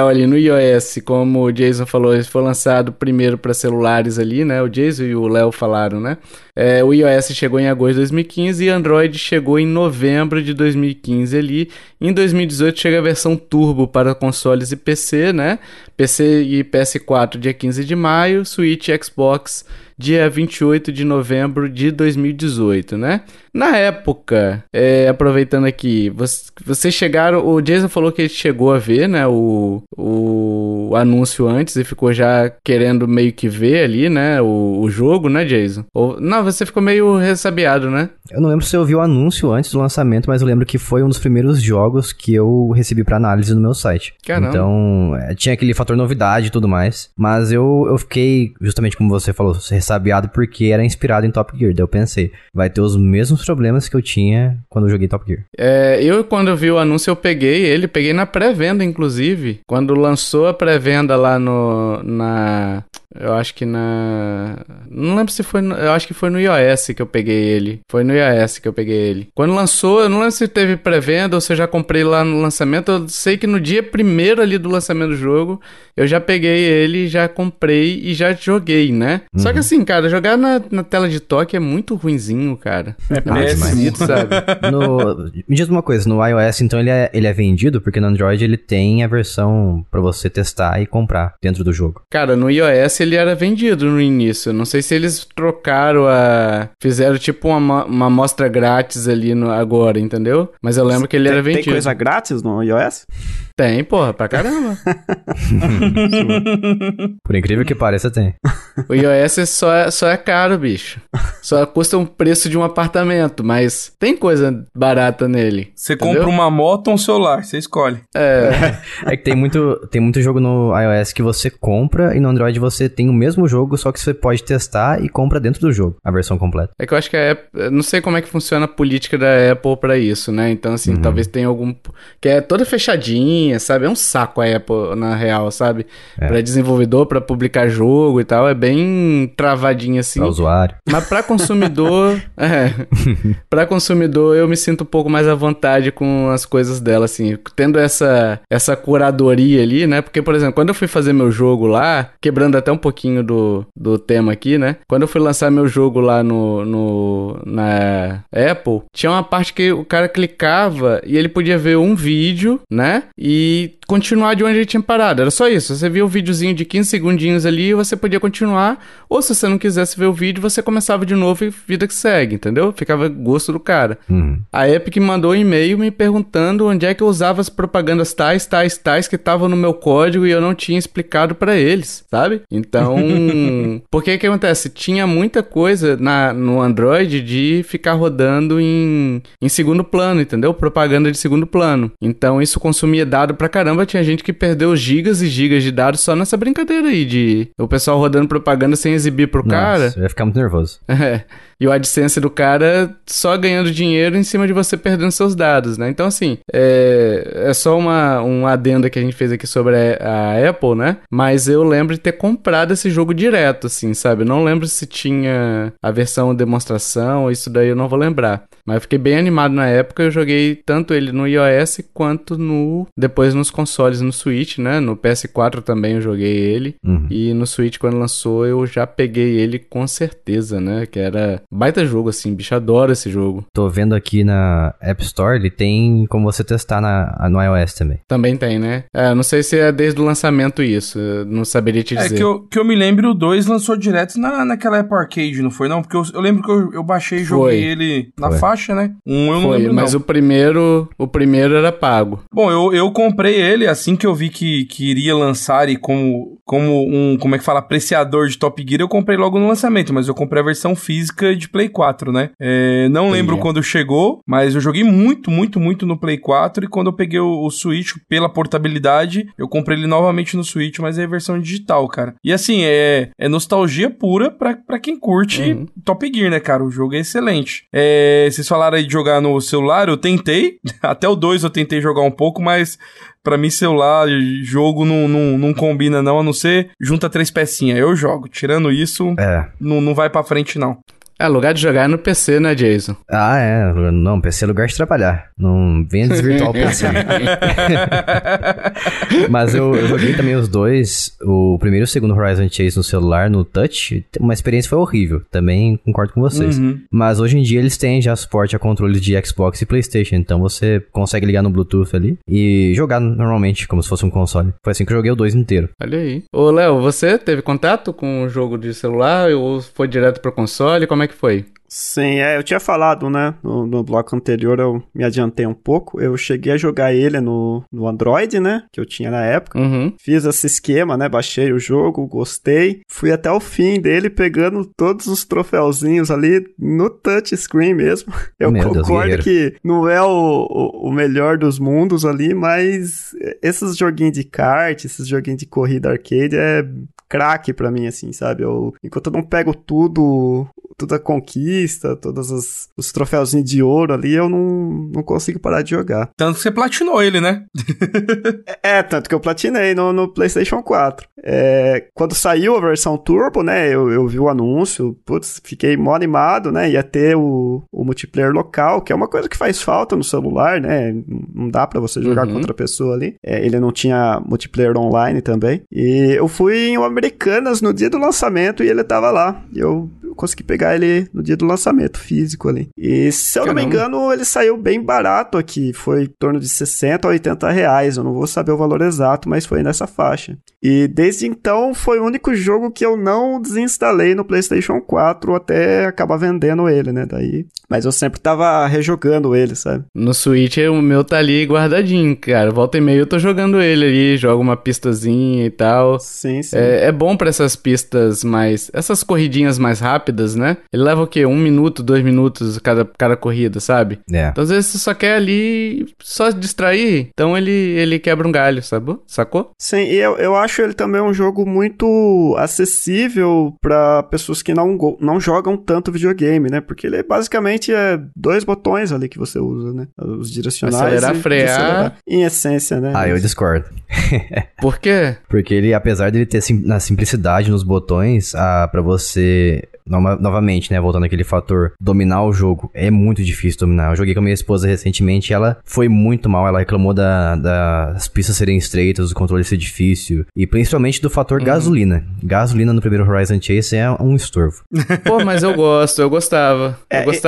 geral ali no iOS, como o Jason falou, ele foi lançado primeiro para celulares ali, né? O Jason e o Léo falaram, né? O iOS chegou em agosto de 2015 e Android chegou em novembro de 2015 ali. Em 2018 chega a versão Turbo para consoles e PC, né? PC e PS4 dia 15 de maio, Switch e Xbox dia 28 de novembro de 2018, né? Na época, aproveitando aqui, vocês chegaram... O Jason falou que ele chegou a ver, né? O anúncio antes e ficou já querendo meio que ver ali, né? O jogo, né, Jason? Não, você ficou meio ressabiado, né? Eu não lembro se eu vi o anúncio antes do lançamento, mas eu lembro que foi um dos primeiros jogos que eu recebi pra análise no meu site. Caramba. Então, tinha aquele fator novidade e tudo mais. Mas eu fiquei, justamente como você falou, ressabiado porque era inspirado em Top Gear. Daí eu pensei, vai ter os mesmos problemas que eu tinha quando eu joguei Top Gear. Quando eu vi o anúncio, eu peguei na pré-venda, inclusive. Quando lançou a pré-venda lá eu acho que não lembro se foi... Eu acho que foi no iOS que eu peguei ele. Foi no iOS que eu peguei ele. Quando lançou, eu não lembro se teve pré-venda ou se eu já comprei lá no lançamento. Eu sei que no dia primeiro ali do lançamento do jogo, eu já peguei ele, já comprei e já joguei, né? Uhum. Só que assim, cara, jogar na tela de toque é muito ruinzinho, cara. É péssimo, sabe? Me diz uma coisa, no iOS, então, ele é vendido? Porque no Android ele tem a versão pra você testar e comprar dentro do jogo. Cara, no iOS ele era vendido no início. Não sei se eles trocaram fizeram tipo uma amostra grátis ali agora, entendeu? Mas eu lembro que ele era vendido. Tem coisa grátis no iOS? Tem, porra, pra caramba. Por incrível que pareça, tem. O iOS só é caro, bicho. Só custa um preço de um apartamento, mas tem coisa barata nele. Você compra uma moto ou um celular, você escolhe. É que tem muito jogo no iOS que você compra e no Android você tem o mesmo jogo, só que você pode testar e compra dentro do jogo, a versão completa. É que eu acho que a Apple... Não sei como é que funciona a política da Apple pra isso, né? Então, assim, talvez tenha algum... Que é toda fechadinha, sabe? É um saco a Apple, na real, sabe? Pra desenvolvedor, pra publicar jogo e tal, é bem travadinho, assim. Pra usuário. Mas pra consumidor... Pra consumidor, eu me sinto um pouco mais à vontade com as coisas dela, assim. Tendo essa curadoria ali, né? Porque, por exemplo, quando eu fui fazer meu jogo lá, quebrando até um pouquinho do tema aqui, né? Quando eu fui lançar meu jogo lá na Apple, tinha uma parte que o cara clicava e ele podia ver um vídeo, né? E continuar de onde ele tinha parado. Era só isso. Você via um videozinho de 15 segundinhos ali e você podia continuar. Ou se você não quisesse ver o vídeo, você começava de novo e vida que segue, entendeu? Ficava gosto do cara. A Epic mandou um e-mail me perguntando onde é que eu usava as propagandas tais que estavam no meu código e eu não tinha explicado pra eles, sabe? Então, porque que acontece? Tinha muita coisa no Android de ficar rodando em segundo plano, entendeu? Propaganda de segundo plano. Então, isso consumia dado pra caramba. Tinha gente que perdeu gigas e gigas de dados só nessa brincadeira aí de o pessoal rodando propaganda sem exibir pro cara. Eu ia ficar muito nervoso. E o AdSense do cara só ganhando dinheiro em cima de você perdendo seus dados, né? Então, assim, é só um adendo que a gente fez aqui sobre a Apple, né? Mas eu lembro de ter comprado esse jogo direto, assim, sabe? Eu não lembro se tinha a versão demonstração, isso daí eu não vou lembrar. Mas eu fiquei bem animado na época, eu joguei tanto ele no iOS quanto depois nos consoles, no Switch, né? No PS4 também eu joguei ele. E no Switch, quando lançou, eu já peguei ele com certeza, né? Que era baita jogo, assim, bicho, adoro esse jogo. Tô vendo aqui na App Store, ele tem como você testar no iOS também. Também tem, né? Não sei se é desde o lançamento isso, eu não saberia te dizer. Que eu me lembro, o 2 lançou direto naquela Apple Arcade, não foi não? Porque eu lembro que eu baixei e joguei ele na faixa, né? Eu não lembro, mas não. O primeiro era pago. Bom, eu comprei ele assim que eu vi que iria lançar e como como é que fala, apreciador de Top Gear, eu comprei logo no lançamento, mas eu comprei a versão física de Play 4, né? Não lembro quando chegou, mas eu joguei muito no Play 4 e quando eu peguei o Switch pela portabilidade, eu comprei ele novamente no Switch, mas é a versão digital, cara. E assim, é nostalgia pura pra quem curte Top Gear, né, cara? O jogo é excelente. Vocês falaram aí de jogar no celular, eu tentei, até o 2 eu tentei jogar um pouco, mas pra mim celular, jogo não combina não, a não ser junta 3 pecinhas, eu jogo. Tirando isso, não vai pra frente não. É, lugar de jogar é no PC, né, Jason? Ah, é. Não, PC é lugar de trabalhar. Não venha desvirtuar o PC. Mas eu joguei também os dois, o primeiro e o segundo Horizon Chase no celular, no touch. Uma experiência foi horrível. Também concordo com vocês. Mas hoje em dia eles têm já suporte a controles de Xbox e PlayStation. Então você consegue ligar no Bluetooth ali e jogar normalmente, como se fosse um console. Foi assim que eu joguei o 2 inteiro. Olha aí. Ô, Léo, você teve contato com o jogo de celular ou foi direto pro console? Como é que foi? Sim, eu tinha falado, né, no bloco anterior, eu me adiantei um pouco, eu cheguei a jogar ele no Android, né, que eu tinha na época, fiz esse esquema, né, baixei o jogo, gostei, fui até o fim dele pegando todos os troféuzinhos ali no touchscreen mesmo. Eu concordo que não é o melhor dos mundos ali, mas esses joguinhos de kart, esses joguinhos de corrida arcade é craque pra mim, assim, sabe? Enquanto eu não pego toda a conquista, todos os troféuzinhos de ouro ali, eu não consigo parar de jogar. Tanto que você platinou ele, né? Tanto que eu platinei no PlayStation 4. Quando saiu a versão Turbo, né, eu vi o anúncio, putz, fiquei mó animado, né, ia ter o multiplayer local, que é uma coisa que faz falta no celular, né, não dá pra você jogar com outra pessoa ali. Ele não tinha multiplayer online também. E eu fui em Americanas no dia do lançamento e ele tava lá. E eu consegui pegar ele no dia do lançamento físico ali. E se eu não me engano, ele saiu bem barato aqui. Foi em torno de 60 a 80 reais. Eu não vou saber o valor exato, mas foi nessa faixa. E desde então foi o único jogo que eu não desinstalei no PlayStation 4 até acabar vendendo ele, né? Mas eu sempre tava rejogando ele, sabe? No Switch o meu tá ali guardadinho, cara. Volta e meia eu tô jogando ele ali, jogo uma pistazinha e tal. Sim. É bom pra essas pistas essas corridinhas mais rápidas, né? Ele leva o quê? 1 minuto, 2 minutos cada corrida, sabe? Então às vezes você só quer ali só distrair, então ele quebra um galho, sabe? Sacou? Sim, e eu acho ele também um jogo muito acessível pra pessoas que não jogam tanto videogame, né? Porque ele basicamente é 2 botões ali que você usa, né? Os direcionais. Acelerar, frear. Em essência, né? Eu discordo. Por quê? Porque ele, apesar de ele ter na simplicidade nos botões, pra você... Novamente, né, voltando àquele fator dominar o jogo, é muito difícil dominar. Eu joguei com a minha esposa recentemente, ela foi muito mal, ela reclamou das pistas serem estreitas, o controle ser difícil, e principalmente do fator gasolina. Gasolina no primeiro Horizon Chase é um estorvo. Pô, mas eu gostava.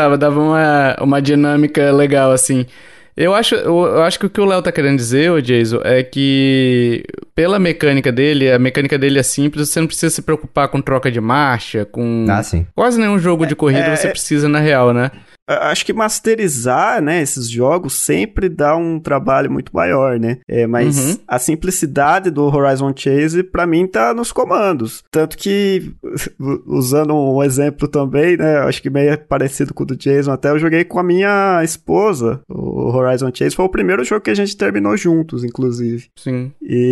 Dava uma dinâmica legal, assim. Eu acho que o que o Léo tá querendo dizer, ô Jason, é que pela mecânica dele, a mecânica dele é simples, você não precisa se preocupar com troca de marcha, com... sim. Quase nenhum jogo de corrida você precisa na real, né? Acho que masterizar, né, esses jogos sempre dá um trabalho muito maior, né? Mas a simplicidade do Horizon Chase, pra mim, tá nos comandos. Tanto que, usando um exemplo também, né, acho que meio parecido com o do Jason, até eu joguei com a minha esposa. O Horizon Chase foi o primeiro jogo que a gente terminou juntos, inclusive. Sim.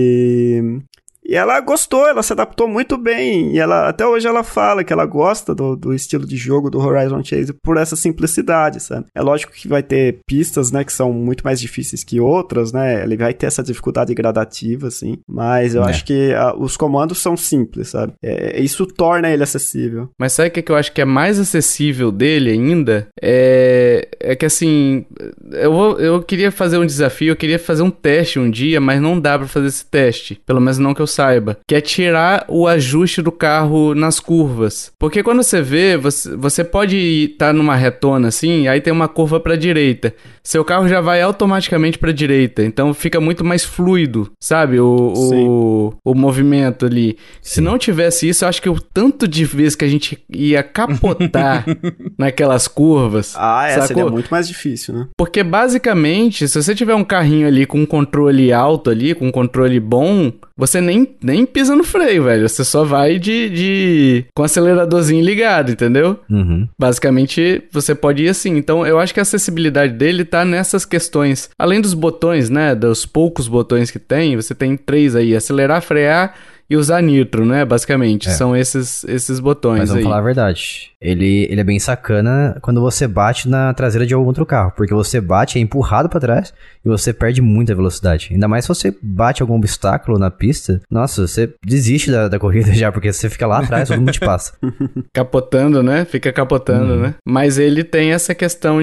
E ela gostou, ela se adaptou muito bem. E até hoje ela fala que ela gosta do estilo de jogo do Horizon Chase por essa simplicidade, sabe? É lógico que vai ter pistas, né, que são muito mais difíceis que outras, né? Ele vai ter essa dificuldade gradativa, assim. Mas eu acho que os comandos são simples, sabe? Isso torna ele acessível. Mas sabe o que eu acho que é mais acessível dele ainda? É que, assim, eu queria fazer um desafio, eu queria fazer um teste um dia, mas não dá pra fazer esse teste. Pelo menos não que eu saiba, que é tirar o ajuste do carro nas curvas. Porque quando você vê, você pode estar numa retona assim, aí tem uma curva pra direita. Seu carro já vai automaticamente pra direita, então fica muito mais fluido, sabe? O movimento ali. Sim. Se não tivesse isso, eu acho que o tanto de vezes que a gente ia capotar naquelas curvas... seria muito mais difícil, né? Porque basicamente, se você tiver um carrinho ali com um controle alto ali, com um controle bom, você nem pisa no freio, velho. Você só vai com o aceleradorzinho ligado, entendeu? Basicamente, você pode ir assim. Então, eu acho que a acessibilidade dele tá nessas questões. Além dos botões, né? Dos poucos botões que tem, você tem 3 aí. Acelerar, frear e usar nitro, né? Basicamente, são esses botões. Mas vamos aí. falar a verdade. Ele é bem sacana quando você bate na traseira de algum outro carro, porque você bate, é empurrado pra trás e você perde muita velocidade. Ainda mais se você bate algum obstáculo na pista, nossa, você desiste da corrida já, porque você fica lá atrás, todo mundo te passa. Capotando, né? Fica capotando, né? Mas ele tem essa questão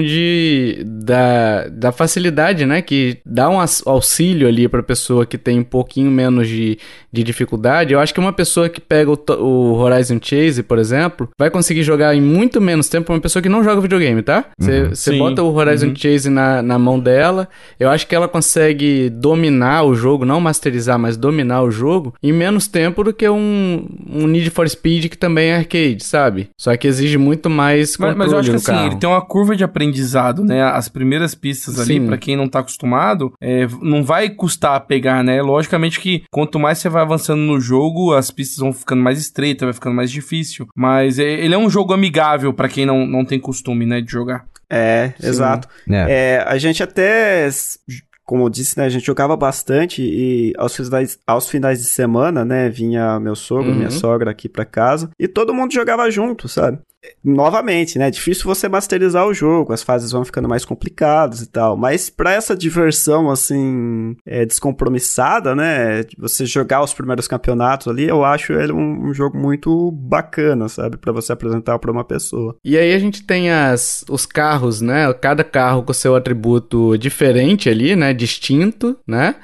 da facilidade, né? Que dá um auxílio ali pra pessoa que tem um pouquinho menos de dificuldade. Eu acho que uma pessoa que pega o Horizon Chase, por exemplo, vai conseguir jogar em muito menos tempo uma pessoa que não joga videogame, tá? Você bota o Horizon Chase na mão dela, eu acho que ela consegue dominar o jogo, não masterizar, mas dominar o jogo em menos tempo do que um Need for Speed que também é arcade, sabe? Só que exige muito mais controle mas eu acho que no carro. ele tem uma curva de aprendizado, né? As primeiras pistas ali, pra quem não tá acostumado, não vai custar pegar, né? Logicamente que quanto mais você vai avançando no jogo, as pistas vão ficando mais estreitas, vai ficando mais difícil. Mas ele é um jogo amigável pra quem não tem costume, né, de jogar. Exato. A gente até, como eu disse, né, a gente jogava bastante e aos finais de semana, né, vinha meu sogro, minha sogra aqui pra casa e todo mundo jogava junto, sabe? Novamente, né, difícil você masterizar o jogo, as fases vão ficando mais complicadas e tal, mas pra essa diversão, assim, descompromissada, né, você jogar os primeiros campeonatos ali, eu acho ele um jogo muito bacana, sabe, pra você apresentar pra uma pessoa. E aí a gente tem os carros, né, cada carro com seu atributo diferente ali, né, distinto, né,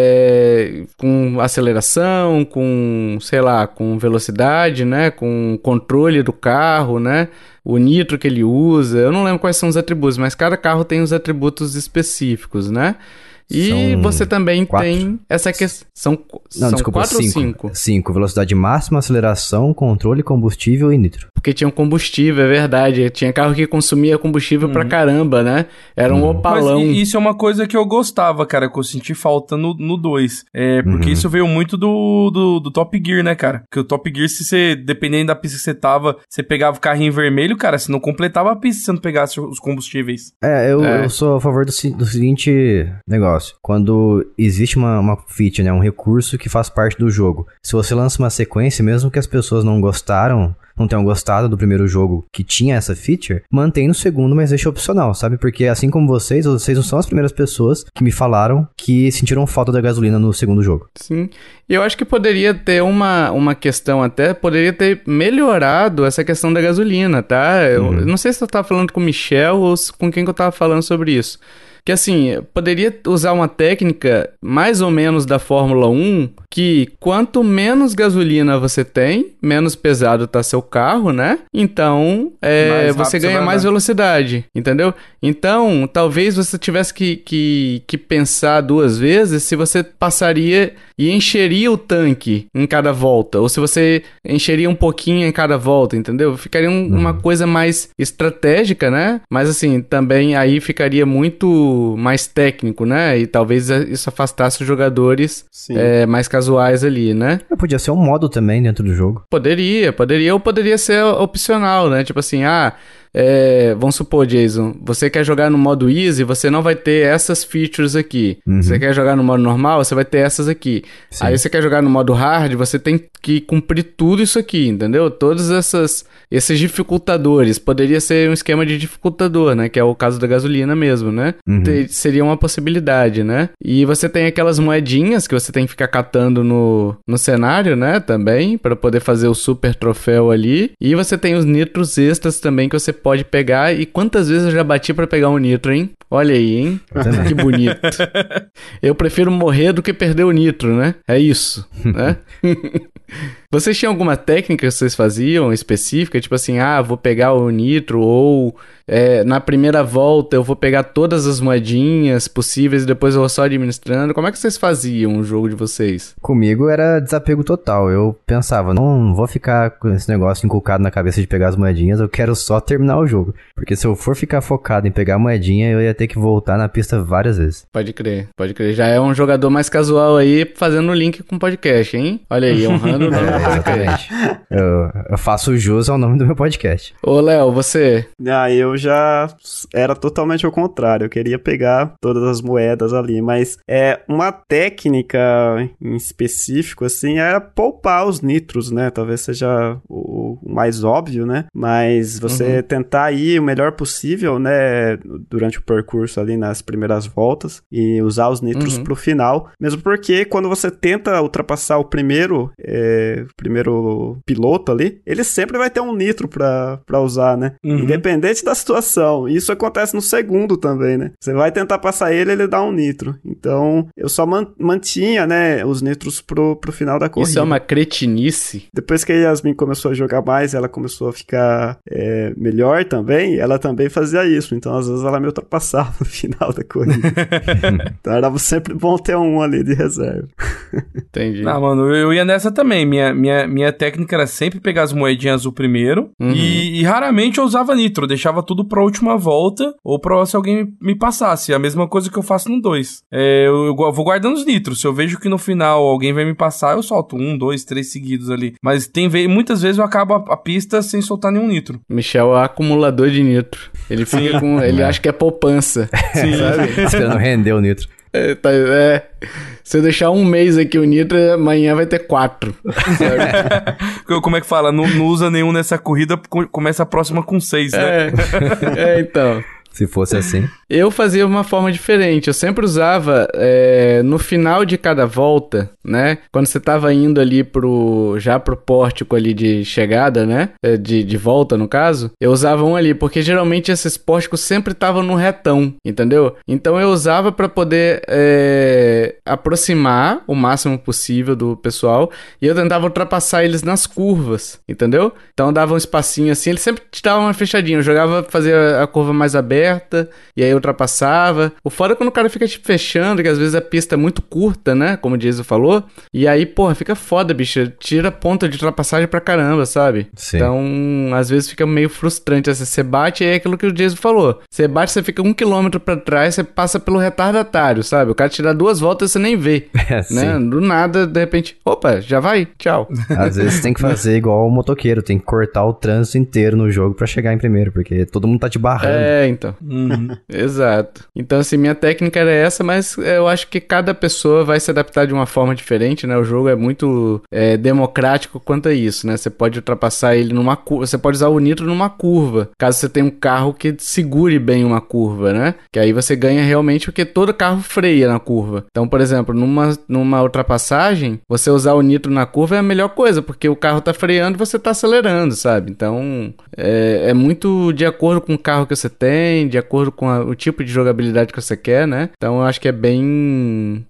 com aceleração, com, sei lá, com velocidade, né, com controle do carro, né, o nitro que ele usa, eu não lembro quais são os atributos, mas cada carro tem os atributos específicos, né? E você também tem essa questão... São 4 ou 5? 5. Velocidade máxima, aceleração, controle, combustível e nitro. Porque tinha um combustível, é verdade. Tinha carro que consumia combustível pra caramba, né? Era um opalão. Mas isso é uma coisa que eu gostava, cara, que eu senti falta no 2. Porque isso veio muito do Top Gear, né, cara? Porque o Top Gear, se você, dependendo da pista que você tava, você pegava o carrinho vermelho, cara, você não completava a pista se você não pegasse os combustíveis. Eu sou a favor do seguinte negócio. Quando existe uma feature, né, um recurso que faz parte do jogo, se você lança uma sequência, mesmo que as pessoas não tenham gostado do primeiro jogo que tinha essa feature, mantém no segundo, mas deixa opcional, sabe? Porque assim como vocês não são as primeiras pessoas que me falaram que sentiram falta da gasolina no segundo jogo. Sim, e eu acho que poderia ter uma questão até, poderia ter melhorado essa questão da gasolina, tá? Eu não sei se eu tava falando com o Michel ou com quem que eu tava falando sobre isso. Que assim, poderia usar uma técnica mais ou menos da Fórmula 1, que quanto menos gasolina você tem, menos pesado tá seu carro, né? Então, você ganha mais velocidade, entendeu? Então, talvez você tivesse que pensar 2 vezes se você passaria e encheria o tanque em cada volta, ou se você encheria um pouquinho em cada volta, entendeu? Ficaria uma coisa mais estratégica, né? Mas assim, também aí ficaria muito mais técnico, né? E talvez isso afastasse os jogadores mais casuais ali, né? Podia ser um modo também dentro do jogo. Poderia, ou poderia ser opcional, né? Tipo assim, vamos supor, Jason, você quer jogar no modo easy, você não vai ter essas features aqui. Você quer jogar no modo normal, você vai ter essas aqui. Sim. Aí você quer jogar no modo hard, você tem que cumprir tudo isso aqui, entendeu? Todos esses dificultadores. Poderia ser um esquema de dificultador, né? Que é o caso da gasolina mesmo, né? Seria uma possibilidade, né? E você tem aquelas moedinhas que você tem que ficar catando no cenário, né? Também, para poder fazer o super troféu ali. E você tem os nitros extras também que você pode pegar. E quantas vezes eu já bati pra pegar um nitro, hein? Olha aí, hein? Que bonito. Eu prefiro morrer do que perder o nitro, né? É isso, né? Vocês tinham alguma técnica que vocês faziam específica? Tipo assim, vou pegar o nitro, ou na primeira volta eu vou pegar todas as moedinhas possíveis e depois eu vou só administrando. Como é que vocês faziam o jogo de vocês? Comigo era desapego total. Eu pensava, não vou ficar com esse negócio inculcado na cabeça de pegar as moedinhas, eu quero só terminar o jogo. Porque se eu for ficar focado em pegar a moedinha, eu ia ter que voltar na pista várias vezes. Pode crer. Já é um jogador mais casual aí, fazendo o link com o podcast, hein? Olha aí, honrando, né? Exatamente. Eu faço jus ao nome do meu podcast. Ô, Léo, você... Eu já era totalmente ao contrário. Eu queria pegar todas as moedas ali, mas uma técnica em específico, assim, é poupar os nitros, né? Talvez seja o mais óbvio, né? Mas você tentar ir o melhor possível, né? Durante o percurso ali, nas primeiras voltas, e usar os nitros pro final. Mesmo porque quando você tenta ultrapassar o primeiro piloto ali, ele sempre vai ter um nitro pra usar, né? Independente da situação. Isso acontece no segundo também, né? Você vai tentar passar ele dá um nitro. Então, eu só mantinha, né, os nitros pro final da corrida. Isso é uma cretinice. Depois que a Yasmin começou a jogar mais, ela começou a ficar melhor também, ela também fazia isso. Então, às vezes, ela me ultrapassava no final da corrida. Então, era sempre bom ter um ali de reserva. Entendi. Ah, mano, eu ia nessa também. Minha técnica era sempre pegar as moedinhas azul primeiro e raramente eu usava nitro. Eu deixava tudo pra última volta ou pra se alguém me passasse. A mesma coisa que eu faço no 2. Eu vou guardando os nitros. Se eu vejo que no final alguém vai me passar, eu solto 1, 2, 3 seguidos ali. Mas muitas vezes eu acabo a pista sem soltar nenhum nitro. Michel é acumulador de nitro. Ele fica com... Ele acha que é poupança. Sim. Sabe? Esperando render o nitro. Se eu deixar um mês aqui o nitro, amanhã vai ter 4. Como é que fala? Não usa nenhum nessa corrida, começa a próxima com 6, né? Então... Se fosse assim. Eu fazia uma forma diferente. Eu sempre usava no final de cada volta, né? Quando você tava indo ali já pro pórtico ali de chegada, né? De volta, no caso. Eu usava um ali, porque geralmente esses pórticos sempre estavam no retão, entendeu? Então eu usava pra poder aproximar o máximo possível do pessoal. E eu tentava ultrapassar eles nas curvas, entendeu? Então eu dava um espacinho assim, ele sempre te dava uma fechadinha. Eu fazia a curva mais aberta, e aí ultrapassava. O foda é quando o cara fica te fechando, que às vezes a pista é muito curta, né? Como o Jason falou. E aí, porra, fica foda, bicho. Tira a ponta de ultrapassagem pra caramba, sabe? Sim. Então, às vezes fica meio frustrante. Assim, você bate e é aquilo que o Jason falou. Você bate, você fica 1 quilômetro pra trás, você passa pelo retardatário, sabe? O cara te dá 2 voltas e você nem vê. Né? Do nada, de repente, opa, já vai? Tchau. Às vezes tem que fazer igual o motoqueiro, tem que cortar o trânsito inteiro no jogo pra chegar em primeiro, porque todo mundo tá te barrando. Então. Exato. Então, assim, minha técnica era essa, mas eu acho que cada pessoa vai se adaptar de uma forma diferente, né? O jogo é muito democrático quanto a isso, né? Você pode ultrapassar ele numa curva, você pode usar o nitro numa curva, caso você tenha um carro que segure bem uma curva, né? Que aí você ganha realmente porque todo carro freia na curva. Então, por exemplo, numa ultrapassagem, você usar o nitro na curva é a melhor coisa, porque o carro tá freando e você tá acelerando, sabe? Então, é muito de acordo com o carro que você tem, de acordo com o tipo de jogabilidade que você quer, né? Então eu acho que é bem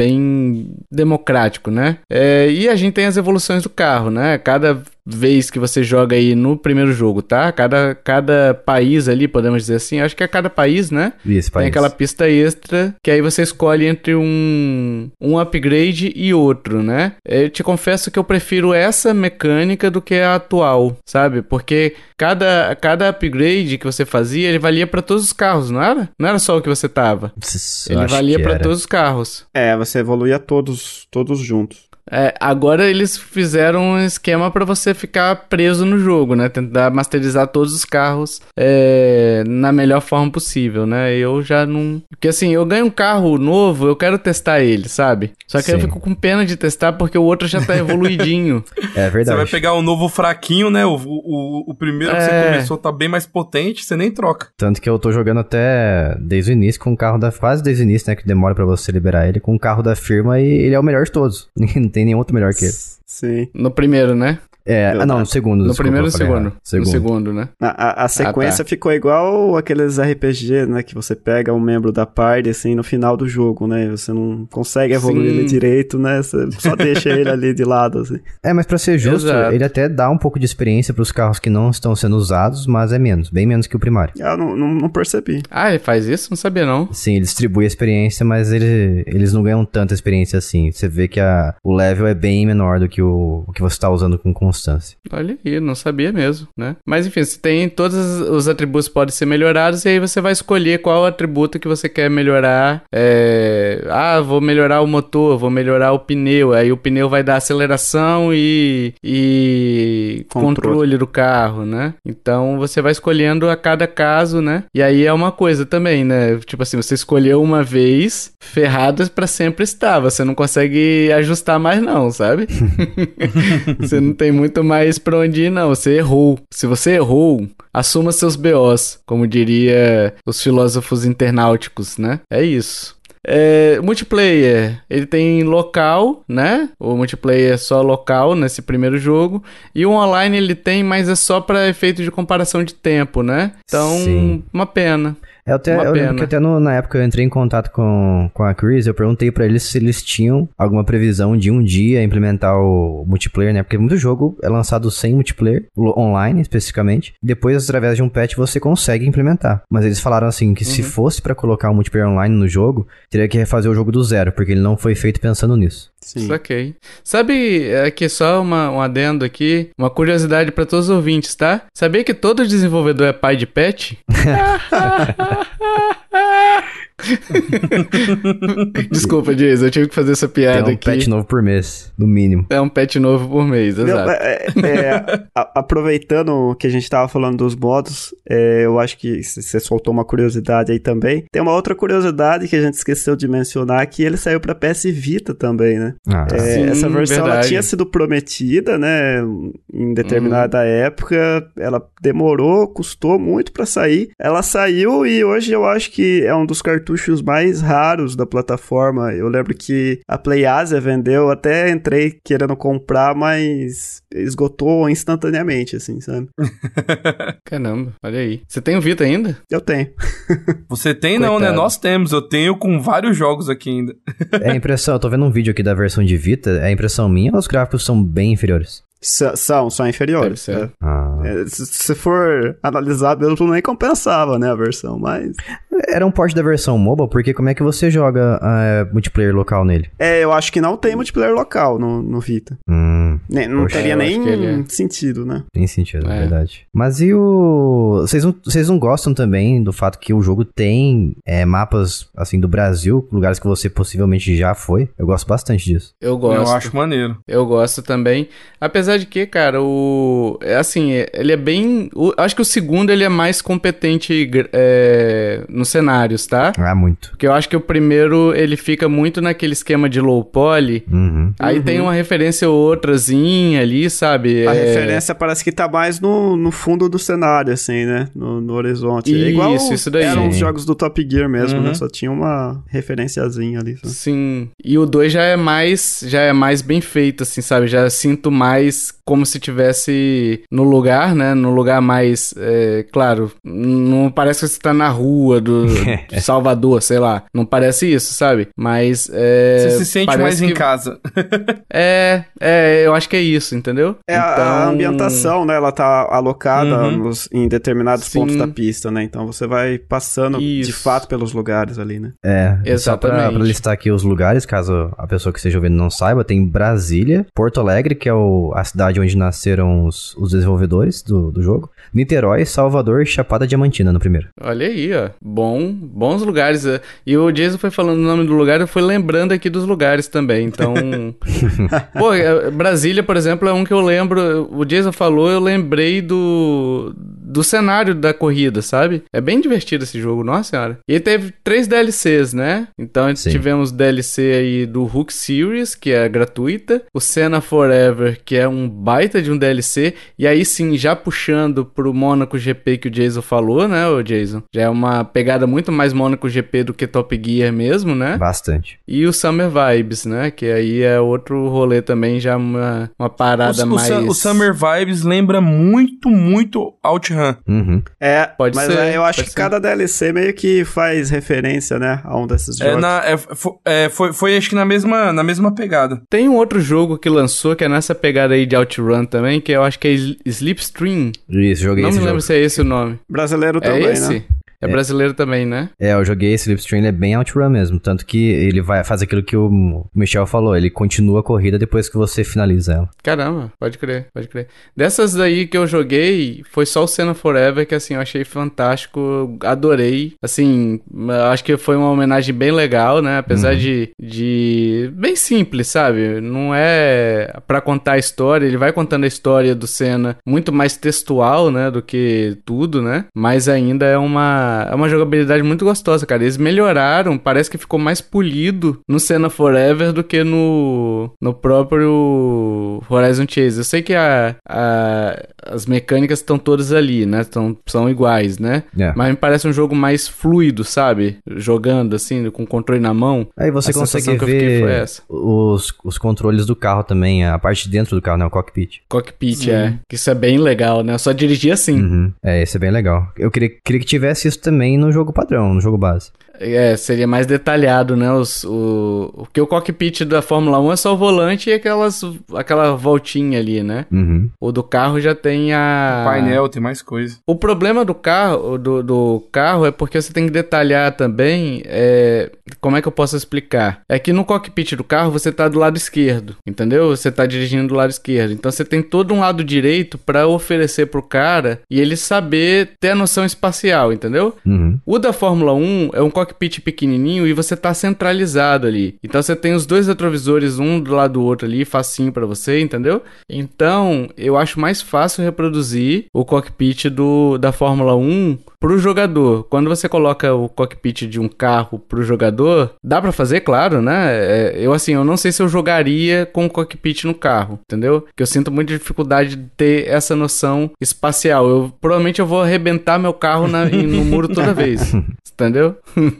democrático, né? E a gente tem as evoluções do carro, né? Cada vez que você joga aí no primeiro jogo, tá? Cada país ali, podemos dizer assim, acho que é cada país, né? Isso, tem aquela pista extra, que aí você escolhe entre um upgrade e outro, né? Eu te confesso que eu prefiro essa mecânica do que a atual, sabe? Porque cada upgrade que você fazia, ele valia pra todos os carros, não era? Não era só o que você tava. Ele valia pra todos os carros. Você evoluía todos juntos. Agora eles fizeram um esquema pra você ficar preso no jogo, né? Tentar masterizar todos os carros na melhor forma possível, né? Eu já não... Porque assim, eu ganho um carro novo, eu quero testar ele, sabe? Só que eu fico com pena de testar porque o outro já tá evoluidinho. É verdade. Você vai pegar um novo fraquinho, né? O primeiro que você começou tá bem mais potente, você nem troca. Tanto que eu tô jogando até desde o início com o carro quase desde o início, né? Que demora pra você liberar ele, com o carro da firma e ele é o melhor de todos. Não tem nenhum outro melhor que ele. Sim. No primeiro, né? No segundo. No primeiro e no segundo. No segundo, né? A sequência ficou igual aqueles RPG, né? Que você pega um membro da party, assim, no final do jogo, né? Você não consegue evoluir ele direito, né? Você só deixa ele ali de lado, assim. Mas pra ser justo, ele até dá um pouco de experiência pros carros que não estão sendo usados, mas é menos, bem menos que o primário. Eu não percebi. Ele faz isso? Não sabia, não. Sim, ele distribui a experiência, mas eles não ganham tanta experiência assim. Você vê que o level é bem menor do que o que você tá usando com constância. Olha aí, não sabia mesmo, né? Mas enfim, você tem todos os atributos podem ser melhorados e aí você vai escolher qual atributo que você quer melhorar. Vou melhorar o motor, vou melhorar o pneu. Aí o pneu vai dar aceleração e controle do carro, né? Então você vai escolhendo a cada caso, né? E aí é uma coisa também, né? Tipo assim, você escolheu uma vez, ferrado pra sempre está. Você não consegue ajustar mais não, sabe? Você não tem muito mais pra onde ir, não. Você errou. Se você errou, assuma seus BOs, como diria os filósofos internauticos, né? É isso. Multiplayer, ele tem local, né? O multiplayer é só local nesse primeiro jogo. E o online ele tem, mas é só pra efeito de comparação de tempo, né? Então, Sim. Uma pena. Eu lembro que até na época eu entrei em contato com a Chris, eu perguntei pra eles se eles tinham alguma previsão de um dia implementar o multiplayer, né? Porque muito jogo é lançado sem multiplayer, online especificamente. Depois, através de um patch, você consegue implementar. Mas eles falaram assim, que se fosse pra colocar um multiplayer online no jogo, teria que refazer o jogo do zero, porque ele não foi feito pensando nisso. Sim. Ok. Sabe, aqui só um adendo aqui, uma curiosidade pra todos os ouvintes, tá? Sabia que todo desenvolvedor é pai de pet? Desculpa, Jason, eu tive que fazer essa piada aqui. É um patch novo por mês, no mínimo. É um patch novo por mês, exato. Aproveitando que a gente tava falando dos modos, eu acho que você soltou uma curiosidade aí também. Tem uma outra curiosidade que a gente esqueceu de mencionar, que ele saiu pra PS Vita também, né? Sim, essa versão ela verdade. tinha sido prometida, né? Em determinada época, ela demorou, custou muito pra sair. Ela saiu e hoje eu acho que é um dos cartuchos mais raros da plataforma. Eu lembro que a PlayAsia vendeu, até entrei querendo comprar, mas esgotou instantaneamente, assim, sabe? Caramba, olha aí. Você tem o Vita ainda? Eu tenho. Você tem não, né? Coitado. Nós temos. Eu tenho com vários jogos aqui ainda. É a impressão, eu tô vendo um vídeo aqui da versão de Vita, é a impressão minha ou os gráficos são bem inferiores? São inferiores. Deve ser. Se for analisar mesmo, nem compensava, né, a versão, mas... Era um port da versão mobile, porque como é que você joga multiplayer local nele? eu acho que não tem multiplayer local no Vita. Não Poxa, teria eu acho que ele nem sentido, né? Tem sentido, é É. verdade. Mas e o... Vocês não gostam também do fato que o jogo tem mapas, assim, do Brasil, lugares que você possivelmente já foi? Eu gosto bastante disso. Eu gosto. Eu acho maneiro. Eu gosto também. Apesar de que, cara, ele é bem... acho que o segundo, ele é mais competente nos cenários, tá? Muito. Porque eu acho que o primeiro, ele fica muito naquele esquema de low poly. Aí tem uma referência ou outrazinha ali, sabe? A referência parece que tá mais no fundo do cenário, assim, né? No horizonte. Isso, É igual isso daí. eram os Sim. jogos do Top Gear mesmo, né? Só tinha uma referenciazinha ali. Só. Sim. E o 2 já é mais bem feito, assim, sabe? Já sinto mais como se tivesse no lugar, né? No lugar mais, claro, não parece que você tá na rua de Salvador, sei lá. Não parece isso, sabe? Mas, Você se sente parece mais em que- casa. eu acho que é isso, entendeu? A ambientação, né? Ela tá alocada Uhum. em determinados Sim. pontos da pista, né? Então você vai passando de Isso. fato pelos lugares ali, né? Só pra Exatamente. listar aqui os lugares, caso a pessoa que esteja ouvindo não saiba, tem Brasília, Porto Alegre, que é a cidade onde nasceram os desenvolvedores do jogo, Niterói, Salvador e Chapada Diamantina no primeiro. Olha aí, ó. Bons lugares. E o Jason foi falando o nome do lugar, eu fui lembrando aqui dos lugares também. Então. Pô, Brasília, por exemplo, é um que eu lembro. O Jason falou, eu lembrei do cenário da corrida, sabe? É bem divertido esse jogo, nossa senhora. E ele teve 3 DLCs, né? Então Sim. tivemos DLC aí do Hook Series, que é gratuita, o Senna Forever, que é um baita de um DLC, e aí sim, já puxando pro Mônaco GP que o Jason falou, né, o Jason? Já é uma pegada muito mais Mônaco GP do que Top Gear mesmo, né? Bastante. E o Summer Vibes, né? Que aí é outro rolê também, já uma parada mais... O Summer Vibes lembra muito, muito OutRun. Pode mas ser, eu acho pode que ser. cada DLC meio que faz referência, né? A um desses jogos. Foi acho que na mesma pegada. Tem um outro jogo que lançou, que é nessa pegada aí de OutRun também, que eu acho que é Slipstream. Isso, joguei Não esse me jogo. lembro se é esse o nome. Brasileiro É também, esse? né? É brasileiro também, né? Eu joguei esse Slipstream, ele é bem outrun mesmo. Tanto que ele faz aquilo que o Michel falou, ele continua a corrida depois que você finaliza ela. Caramba, pode crer. Dessas daí que eu joguei, foi só o Senna Forever que, assim, eu achei fantástico, adorei. Assim, acho que foi uma homenagem bem legal, né? Apesar de bem simples, sabe? Não é pra contar a história, ele vai contando a história do Senna muito mais textual, né? Do que tudo, né? Mas ainda é uma jogabilidade muito gostosa, cara. Eles melhoraram, parece que ficou mais polido no Senna Forever do que no próprio Horizon Chase. Eu sei que as mecânicas estão todas ali, né? São iguais, né? Mas me parece um jogo mais fluido, sabe? Jogando assim, com o controle na mão. Aí você consegue ver os controles do carro também, a parte de dentro do carro, né? O cockpit. Cockpit, que isso é bem legal, né? Eu só dirigi assim. Esse é bem legal. Eu queria que tivesse isso também no jogo padrão, no jogo base. Seria mais detalhado, né? Porque o cockpit da Fórmula 1 é só o volante e aquela voltinha ali, né? O do carro já tem o painel, tem mais coisa. O problema do carro é porque você tem que detalhar também, como é que eu posso explicar? É que no cockpit do carro você tá do lado esquerdo, entendeu? Você tá dirigindo do lado esquerdo. Então você tem todo um lado direito pra oferecer pro cara e ele saber ter a noção espacial, entendeu? O da Fórmula 1 é um cockpit pequenininho e você tá centralizado ali. Então você tem os dois retrovisores, um do lado do outro ali, facinho pra você, entendeu? Então, eu acho mais fácil reproduzir o cockpit da Fórmula 1 pro jogador. Quando você coloca o cockpit de um carro pro jogador, dá pra fazer, claro, né? Eu não sei se eu jogaria com o cockpit no carro, entendeu? Porque eu sinto muita dificuldade de ter essa noção espacial. Provavelmente eu vou arrebentar meu carro no muro toda vez, entendeu?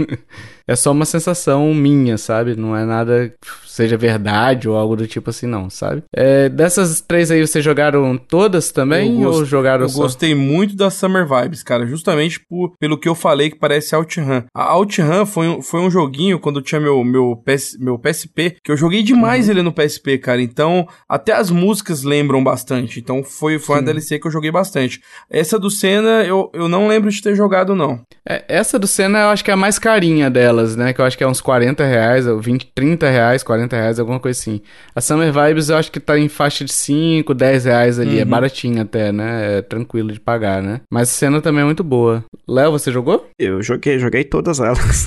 É só uma sensação minha, sabe? Não é nada que seja verdade ou algo do tipo assim, não, sabe? Dessas três aí, vocês jogaram todas também? Ou jogaram só? Eu gostei muito da Summer Vibes, cara. Justamente pelo que eu falei, que parece OutRun. A OutRun foi um joguinho, quando tinha meu PSP, que eu joguei demais ele no PSP, cara. Então, até as músicas lembram bastante. Então, foi uma DLC que eu joguei bastante. Essa do Senna, eu não lembro de ter jogado, não. Essa do Senna, eu acho que é a mais carinha delas, né? Que eu acho que é uns R$40, ou 20, R$30, R$40, alguma coisa assim. A Summer Vibes eu acho que tá em faixa de R$5, R$10 ali. É baratinho até, né? É tranquilo de pagar, né? Mas a Senna também é muito boa. Léo, você jogou? Eu joguei todas elas.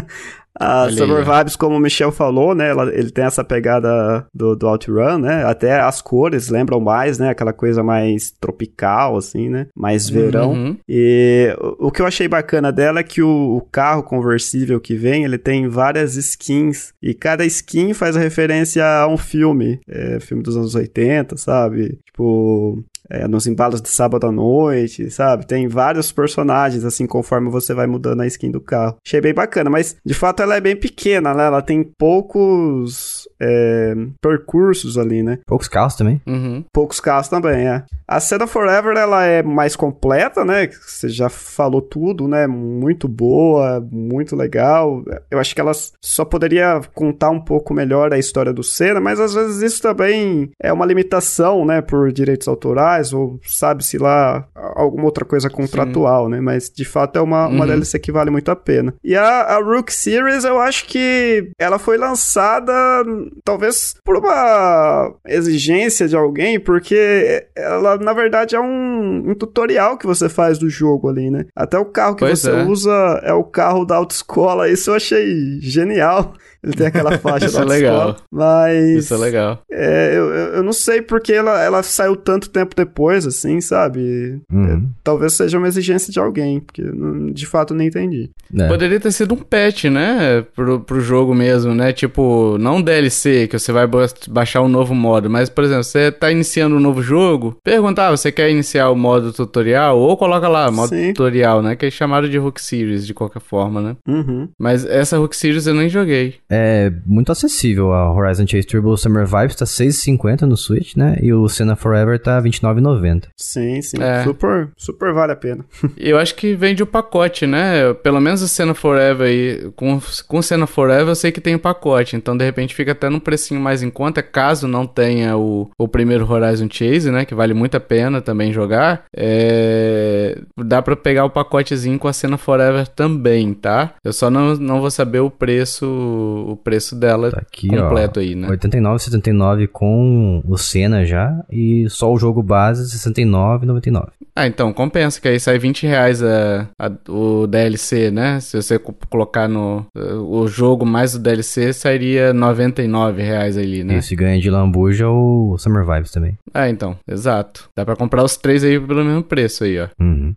A Summer Vibes, como o Michel falou, né, ele tem essa pegada do OutRun, né, até as cores lembram mais, né, aquela coisa mais tropical, assim, né, mais verão. E o que eu achei bacana dela é que o carro conversível que vem, ele tem várias skins, e cada skin faz referência a um filme, filme dos anos 80, sabe, tipo... nos embalos de sábado à noite, sabe? Tem vários personagens, assim, conforme você vai mudando a skin do carro. Achei bem bacana, mas, de fato, ela é bem pequena, né? Ela tem poucos percursos ali, né? Poucos carros também? Poucos carros também, A Senna Forever, ela é mais completa, né? Você já falou tudo, né? Muito boa, muito legal. Eu acho que ela só poderia contar um pouco melhor a história do Senna, mas, às vezes, isso também é uma limitação, né? Por direitos autorais, ou sabe-se lá, alguma outra coisa contratual, né? Mas, de fato, é uma DLC que vale muito a pena. E a Rook Series, eu acho que ela foi lançada, talvez por uma exigência de alguém, porque ela, na verdade, é um tutorial que você faz do jogo ali, né? Até o carro que você usa é o carro da autoescola. Isso eu achei genial. Ele tem aquela faixa da autoescola. Mas... Isso é legal. Eu não sei porque ela saiu tanto tempo depois, assim, sabe? Talvez seja uma exigência de alguém, porque de fato nem entendi. Poderia ter sido um patch, né? Pro jogo mesmo, né? Tipo, não um DLC, que você vai baixar um novo modo, mas, por exemplo, você tá iniciando um novo jogo, pergunta, você quer iniciar o modo tutorial? Ou coloca lá, modo tutorial, né? Que é chamado de Rook Series, de qualquer forma, né? Mas essa Rook Series eu nem joguei. é muito acessível. A Horizon Chase Turbo Summer Vibes tá R$6,50 no Switch, né? E o Senna Forever tá R$29,90. Sim. Super vale a pena. Eu acho que vende o pacote, né? Pelo menos o Senna Forever aí, com o Senna Forever eu sei que tem o pacote, então de repente fica até num precinho mais em conta, caso não tenha o primeiro Horizon Chase, né? Que vale muito a pena também jogar. Dá pra pegar o pacotezinho com a Senna Forever também, tá? Eu só não vou saber o preço dela tá aqui, completo ó, aí, né? R$89,79 com o Senna já, e só o jogo base R$69,99. Ah, então compensa, que aí sai R$20 o DLC, né? Se você colocar o jogo mais o DLC, sairia R$99 ali, né? Isso, e ganha de lambuja o Summer Vibes também. Ah, então, exato. Dá pra comprar os 3 aí pelo mesmo preço aí, ó. Uhum.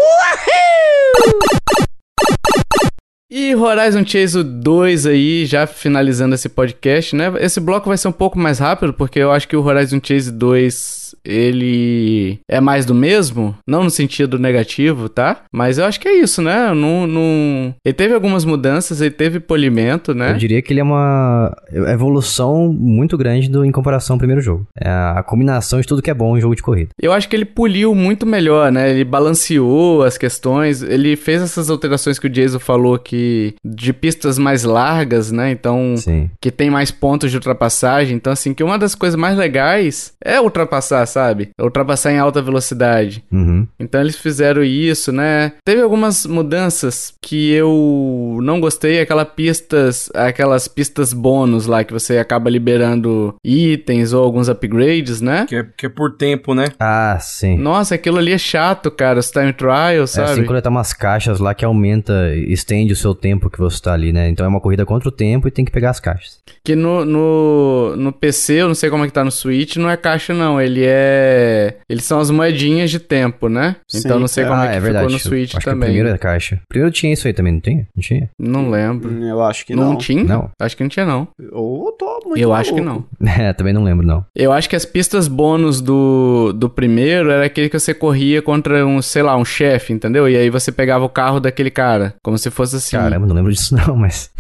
E Horizon Chase 2 aí, já finalizando esse podcast, né? Esse bloco vai ser um pouco mais rápido, porque eu acho que o Horizon Chase 2, ele é mais do mesmo, não no sentido negativo, tá? Mas eu acho que é isso, né? Ele teve algumas mudanças, ele teve polimento, né? Eu diria que ele é uma evolução muito grande em comparação ao primeiro jogo. É a combinação de tudo que é bom em jogo de corrida. Eu acho que ele poliu muito melhor, né? Ele balanceou as questões, ele fez essas alterações que o Jason falou aqui, de pistas mais largas, né? Então, sim, que tem mais pontos de ultrapassagem. Então, assim, que uma das coisas mais legais é ultrapassar, sabe? É ultrapassar em alta velocidade. Uhum. Então, eles fizeram isso, né? Teve algumas mudanças que eu não gostei. Aquelas pistas bônus lá, que você acaba liberando itens ou alguns upgrades, né? Que é por tempo, né? Ah, sim. Nossa, aquilo ali é chato, cara. Os time trials, sabe? É assim, coletar umas caixas lá que estende o seu tempo que você tá ali, né? Então é uma corrida contra o tempo e tem que pegar as caixas. Que no PC, eu não sei como é que tá no Switch, não é caixa não, eles são as moedinhas de tempo, né? Sim. Então não sei como é que ficou no Switch acho também. Que o primeiro é caixa. Primeiro tinha isso aí também, não tinha? Não tinha? Não lembro. Eu acho que não. Não tinha? Não. Acho que não tinha não. Ou tô muito Eu maluco. acho que não. Também não lembro, não. Eu acho que as pistas bônus do primeiro era aquele que você corria contra um chefe, entendeu? E aí você pegava o carro daquele cara, como se fosse assim. Caramba, não lembro disso não, mas...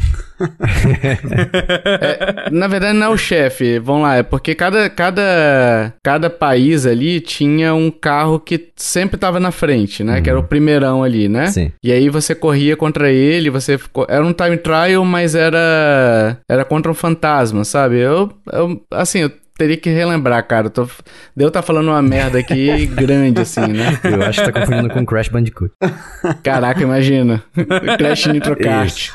Na verdade não é o chefe, vamos lá, é porque cada país ali tinha um carro que sempre tava na frente, né? Que era o primeirão ali, né? Sim. E aí você corria contra ele, era um time trial, mas era contra um fantasma, sabe? Eu teria que relembrar, cara. Devo estar falando uma merda aqui grande, assim, né? Eu acho que tá confundindo com Crash Bandicoot. Caraca, imagina. Crash Nitro Kart.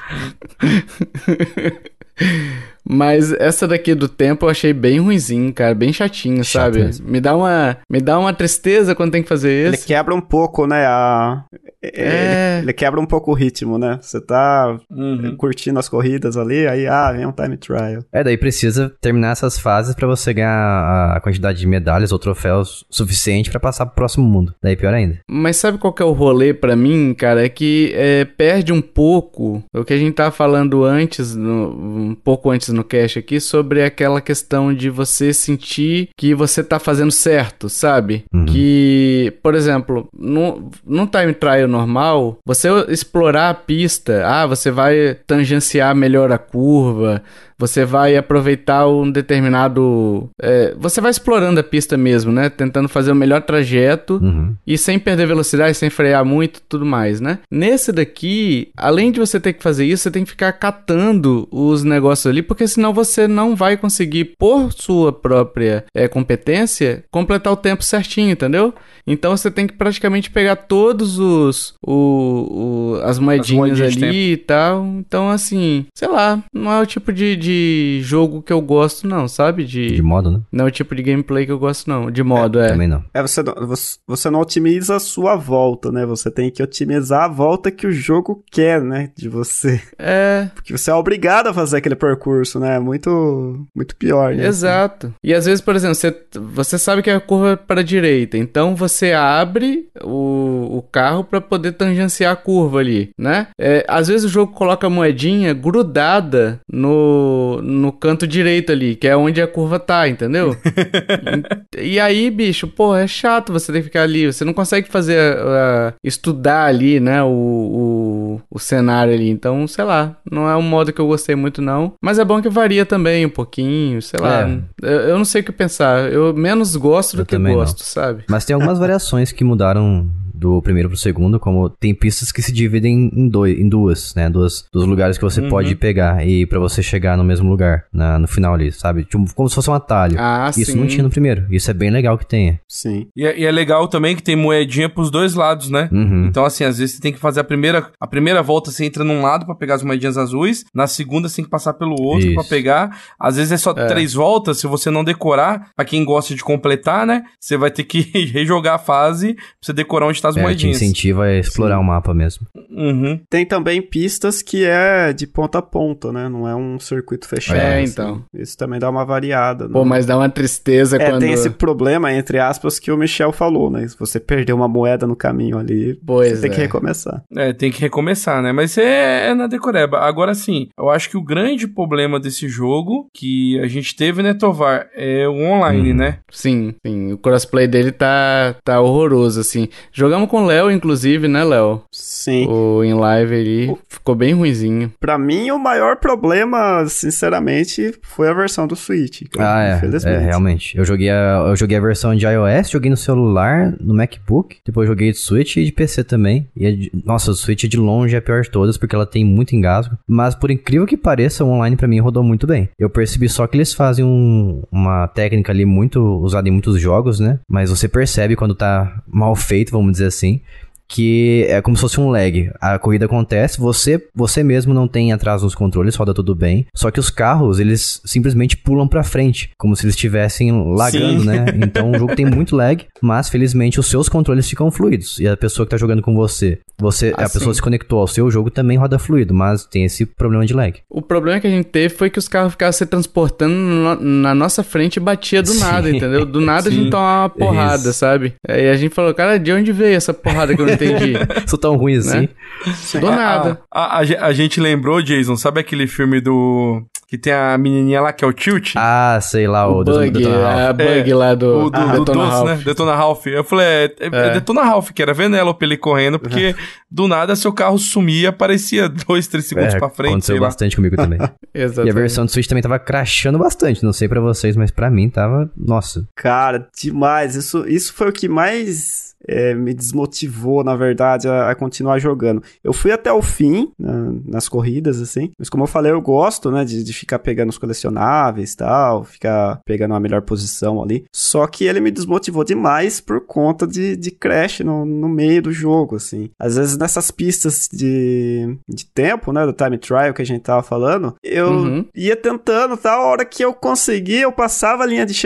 Mas essa daqui do tempo eu achei bem ruinzinho, cara. Bem chatinho, Chato sabe? mesmo. Me dá uma tristeza quando tem que fazer Ele isso. quebra um pouco, né? Ele quebra um pouco o ritmo, né? Você tá curtindo as corridas ali, aí vem um time trial. Daí precisa terminar essas fases pra você ganhar a quantidade de medalhas ou troféus suficiente pra passar pro próximo mundo. Daí pior ainda. Mas sabe qual que é o rolê pra mim, cara? É que perde um pouco o que a gente tava falando antes, um pouco antes no cast aqui, sobre aquela questão de você sentir que você tá fazendo certo, sabe? Uhum. Que, por exemplo, num time trial normal, você explorar a pista, você vai tangenciar melhor a curva, você vai aproveitar um determinado... você vai explorando a pista mesmo, né? Tentando fazer o melhor trajeto e sem perder velocidade, sem frear muito, tudo mais, né? Nesse daqui, além de você ter que fazer isso, você tem que ficar catando os negócios ali, porque senão você não vai conseguir, por sua própria competência, completar o tempo certinho, entendeu? Então você tem que praticamente pegar todos as moedinhas ali e tal. Então, assim, sei lá, não é o tipo de jogo que eu gosto, não, sabe? De modo, né? Não é o tipo de gameplay que eu gosto, não. De modo, Também não. Você não otimiza a sua volta, né? Você tem que otimizar a volta que o jogo quer, né? De você. Porque você é obrigado a fazer aquele percurso, né? Muito, muito pior, né? Exato. E às vezes, por exemplo, você sabe que a curva é para a direita, então você abre o carro para poder tangenciar a curva ali, né? Às vezes o jogo coloca a moedinha grudada no canto direito ali, que é onde a curva tá, entendeu? E aí, bicho, é chato você ter que ficar ali, você não consegue fazer, estudar ali, né, o cenário ali. Então, sei lá, não é um modo que eu gostei muito não. Mas é bom que varia também um pouquinho, sei lá. Eu não sei o que pensar. Eu menos gosto do que gosto, sabe? Mas tem algumas variações que mudaram do primeiro pro segundo, como tem pistas que se dividem em duas, né? Dos lugares que você pode pegar e pra você chegar no mesmo lugar, no final ali, sabe? Tipo, como se fosse um atalho. Isso sim. não tinha no primeiro. Isso é bem legal que tenha. Sim. E é legal também que tem moedinha pros dois lados, né? Então, assim, às vezes você tem que fazer a primeira volta, você entra num lado pra pegar as moedinhas azuis, na segunda você tem que passar pelo outro pra pegar. Às vezes é só 3 voltas, se você não decorar, pra quem gosta de completar, né? Você vai ter que rejogar a fase pra você decorar onde tá as moedinhas. Te incentiva a explorar o mapa mesmo. Tem também pistas que é de ponta a ponta, né? Não é um circuito fechado. Então. Isso também dá uma variada. Pô, mas dá uma tristeza quando... tem esse problema, entre aspas, que o Michel falou, né? Se você perder uma moeda no caminho ali, você tem que recomeçar. Tem que recomeçar, né? Mas é na decoreba. Agora, sim, eu acho que o grande problema desse jogo que a gente teve, né, Tovar, é o online, né? Sim. O crossplay dele tá horroroso, assim. Jogamos com o Léo, inclusive, né, Léo? Sim. O em live ali ficou bem ruinzinho. Pra mim, o maior problema, sinceramente, foi a versão do Switch. Infelizmente. Realmente. Eu joguei a versão de iOS, joguei no celular, no MacBook, depois joguei de Switch e de PC também. E nossa, o Switch de longe é a pior de todas, porque ela tem muito engasgo. Mas por incrível que pareça, o online pra mim rodou muito bem. Eu percebi só que eles fazem uma técnica ali muito usada em muitos jogos, né? Mas você percebe quando tá mal feito, vamos dizer assim, que é como se fosse um lag. A corrida acontece, você mesmo não tem atraso nos controles, roda tudo bem, só que os carros, eles simplesmente pulam pra frente, como se eles estivessem lagando, né? Então o jogo tem muito lag, mas felizmente os seus controles ficam fluidos, e a pessoa que tá jogando com a pessoa se conectou ao seu jogo, também roda fluido, mas tem esse problema de lag. O problema que a gente teve foi que os carros ficavam se transportando na nossa frente e batia do nada, entendeu? Do nada a gente toma uma porrada, sabe? Aí a gente falou, cara, de onde veio essa porrada que eu não entendi? Sou tão ruim assim. Do nada. A gente lembrou, Jason, sabe aquele filme que tem a menininha lá que é o Tilt? Sei lá, o Bug, a Bug lá do Detona Ralph. Né? Detona Ralph. Eu falei, Detona Ralph, que era Vanellope ele correndo, porque do nada seu carro sumia, aparecia 2-3 segundos pra frente. Aconteceu bastante comigo também. Exatamente. E a versão do Switch também tava crashando bastante, não sei pra vocês, mas pra mim tava, nossa. Cara, demais. Isso foi o que mais... me desmotivou, na verdade, a continuar jogando. Eu fui até o fim, nas corridas, assim, mas como eu falei, eu gosto, né, de ficar pegando os colecionáveis e tal, ficar pegando uma melhor posição ali, só que ele me desmotivou demais por conta de crash no meio do jogo, assim. Às vezes nessas pistas de tempo, né, do time trial que a gente tava falando, eu ia tentando, tal, a hora que eu conseguia, eu passava a linha de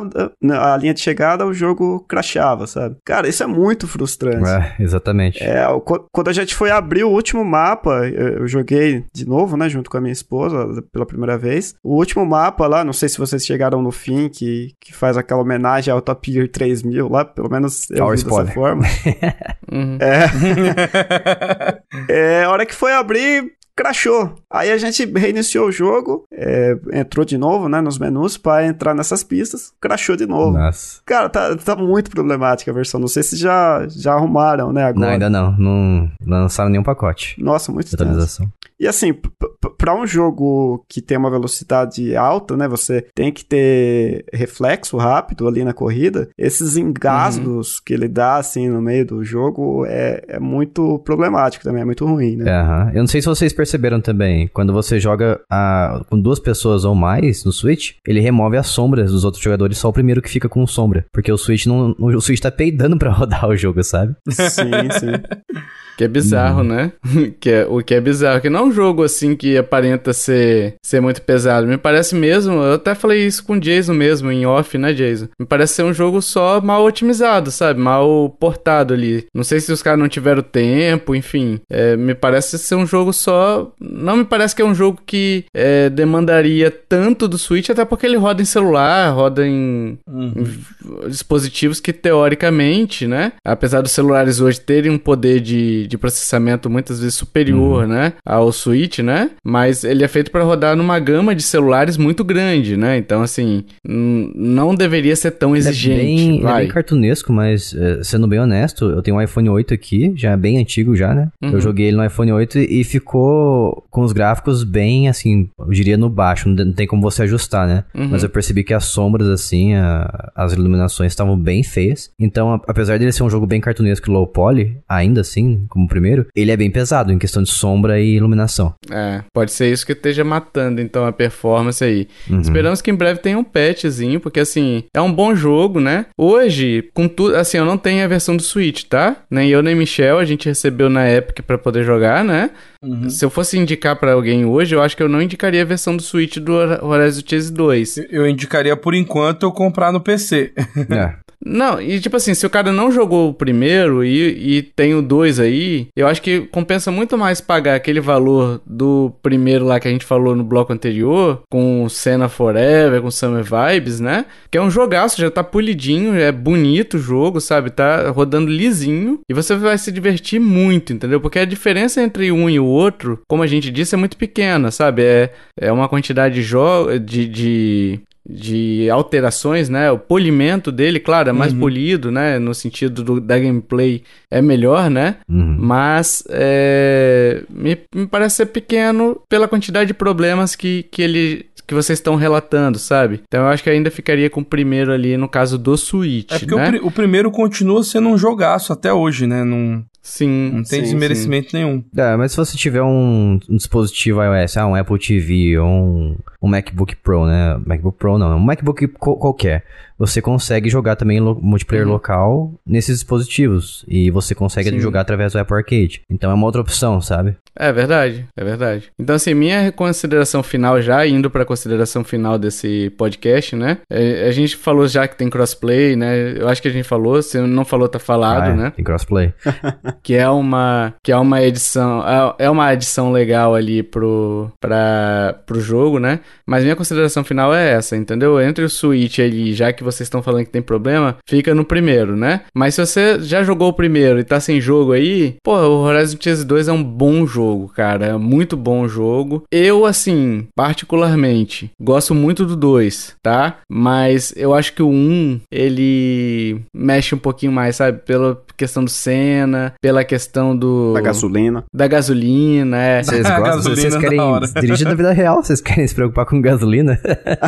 chegada, o jogo crashava, sabe? Cara, isso é muito frustrante. Exatamente. Quando a gente foi abrir o último mapa, eu joguei de novo, né, junto com a minha esposa, pela primeira vez. O último mapa lá, não sei se vocês chegaram no fim, que faz aquela homenagem ao Top Gear 3000 lá, pelo menos eu vi dessa forma. A hora que foi abrir, crashou. Aí a gente reiniciou o jogo, entrou de novo, né, nos menus pra entrar nessas pistas, crashou de novo. Nossa. Cara, tá muito problemática a versão. Não sei se já arrumaram, né, agora. Não, ainda não lançaram nenhum pacote. Nossa, muito atualização. E assim, pra um jogo que tem uma velocidade alta, né, você tem que ter reflexo rápido ali na corrida, esses engasgos que ele dá, assim, no meio do jogo é muito problemático também, é muito ruim, né? Eu não sei se vocês perceberam também, quando você joga com 2 pessoas ou mais no Switch, ele remove as sombras dos outros jogadores, só o primeiro que fica com sombra, porque o Switch o Switch tá peidando pra rodar o jogo, sabe? Sim. Que é bizarro, né? O que é bizarro, que não é um jogo assim que aparenta ser muito pesado. Me parece mesmo, eu até falei isso com o Jason mesmo, em off, né, Jason? Me parece ser um jogo só mal otimizado, sabe? Mal portado ali. Não sei se os caras não tiveram tempo, enfim. Me parece ser um jogo só... Não me parece que é um jogo que demandaria tanto do Switch, até porque ele roda em celular, roda em dispositivos que, teoricamente, né? Apesar dos celulares hoje terem um poder de de processamento muitas vezes superior, né, ao Switch, né? Mas ele é feito para rodar numa gama de celulares muito grande, né? Então, assim, não deveria ser tão exigente. Ele é bem cartunesco, mas sendo bem honesto, eu tenho um iPhone 8 aqui, já é bem antigo já, né? Eu joguei ele no iPhone 8 e ficou com os gráficos bem, assim, eu diria no baixo, não tem como você ajustar, né? Mas eu percebi que as sombras, assim, as iluminações estavam bem feias. Então, apesar dele ser um jogo bem cartunesco e low poly, ainda assim, como o primeiro, ele é bem pesado em questão de sombra e iluminação. Pode ser isso que esteja matando, então, a performance aí. Esperamos que em breve tenha um patchzinho, porque, assim, é um bom jogo, né? Hoje, com tudo, assim, eu não tenho a versão do Switch, tá? Nem eu, nem Michel, a gente recebeu na Epic pra poder jogar, né? Se eu fosse indicar pra alguém hoje, eu acho que eu não indicaria a versão do Switch do Horizon Chase 2. Eu indicaria, por enquanto, eu comprar no PC. Não, e tipo assim, se o cara não jogou o primeiro e tem o 2 aí, eu acho que compensa muito mais pagar aquele valor do primeiro lá que a gente falou no bloco anterior, com Senna Forever, com Summer Vibes, né? Que é um jogaço, já tá polidinho, é bonito o jogo, sabe? Tá rodando lisinho e você vai se divertir muito, entendeu? Porque a diferença entre um e o outro, como a gente disse, é muito pequena, sabe? É uma quantidade de alterações, né? O polimento dele, claro, é mais polido, né? No sentido da gameplay é melhor, né? Mas me parece ser pequeno pela quantidade de problemas que vocês estão relatando, sabe? Então eu acho que ainda ficaria com o primeiro ali no caso do Switch, porque né? o primeiro continua sendo um jogaço até hoje, né? Não tem desmerecimento nenhum. Mas se você tiver um dispositivo iOS, um Apple TV ou um MacBook Pro, né? MacBook Pro não, um MacBook qualquer. Você consegue jogar também multiplayer local nesses dispositivos. E você consegue jogar através do Apple Arcade. Então é uma outra opção, sabe? É verdade. Então, assim, minha consideração final já, indo pra consideração final desse podcast, né? A gente falou já que tem crossplay, né? Eu acho que a gente falou, se não falou, tá falado, né? Tem crossplay. que é uma edição, é uma adição legal ali pro jogo, né? Mas minha consideração final é essa, entendeu? Entre o Switch ali, já que vocês estão falando que tem problema, fica no primeiro, né? Mas se você já jogou o primeiro e tá sem jogo aí, pô, o Horizon Chase 2 é um bom jogo, cara, é muito bom jogo. Eu, assim, particularmente, gosto muito do 2, tá? Mas eu acho que o 1, ele mexe um pouquinho mais, sabe? Pela questão do Senna, pela questão da gasolina. Da gasolina, é. Vocês gostam? Vocês querem dirigir na vida real? Vocês querem se preocupar com gasolina?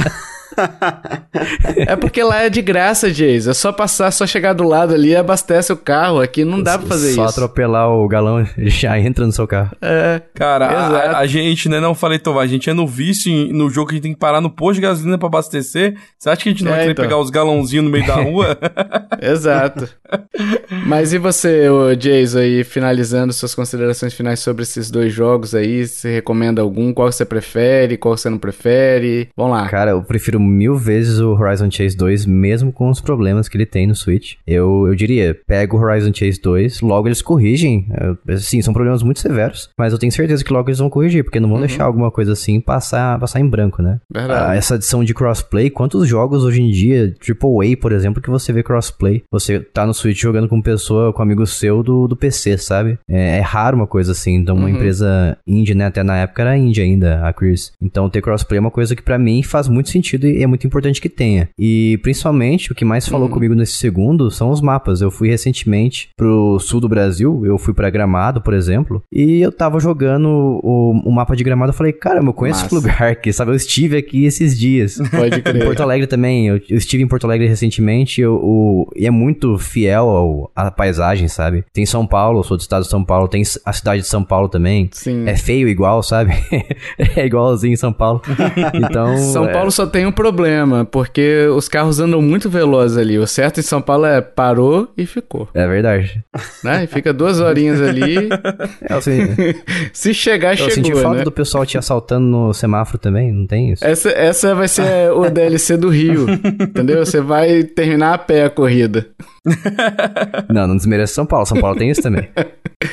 É porque lá é de graça, Jason. É só passar, só chegar do lado ali e abastece o carro. Aqui não dá pra fazer só isso. Só atropelar o galão já entra no seu carro. Cara, a gente, né, não falei, Tovar, a gente é no vício no jogo que a gente tem que parar no posto de gasolina pra abastecer. Você acha que a gente não vai querer pegar os galãozinhos no meio da rua? Exato. Mas e você, Jason, aí, finalizando suas considerações finais sobre esses dois jogos aí? Você recomenda algum? Qual você prefere? Qual você não prefere? Vamos lá. Cara, eu prefiro 1000 vezes o Horizon Chase 2, mesmo com os problemas que ele tem no Switch. Eu diria, pega o Horizon Chase 2, logo eles corrigem. Sim, são problemas muito severos, mas eu tenho certeza que logo eles vão corrigir, porque não vão deixar alguma coisa assim passar em branco, né? Verdade. Essa adição de crossplay, quantos jogos hoje em dia, AAA, por exemplo, que você vê crossplay? Você tá no Switch jogando com pessoa, com amigo seu do PC, sabe? É raro uma coisa assim. Então, uma empresa indie, né? Até na época era indie ainda, a Chris. Então, ter crossplay é uma coisa que pra mim faz muito sentido e é muito importante que tenha. E, principalmente, o que mais falou comigo nesse segundo são os mapas. Eu fui recentemente pro sul do Brasil, eu fui pra Gramado, por exemplo, e eu tava jogando o mapa de Gramado, eu falei, caramba, eu conheço esse lugar aqui, sabe? Eu estive aqui esses dias. Pode crer. Em Porto Alegre também, eu estive em Porto Alegre recentemente, e é muito fiel à paisagem, sabe? Tem São Paulo, eu sou do estado de São Paulo, tem a cidade de São Paulo também. Sim. É feio igual, sabe? É igualzinho em São Paulo. Então... São Paulo só tem um problema, porque os carros andam muito velozes ali. O certo em São Paulo é parou e ficou. É verdade. Né? E fica 2 horinhas ali. Se chegar, chegou, senti falta, né? do pessoal te assaltando no semáforo também, não tem isso? Essa vai ser o DLC do Rio, entendeu? Você vai terminar a pé a corrida. Não desmereça São Paulo tem isso também.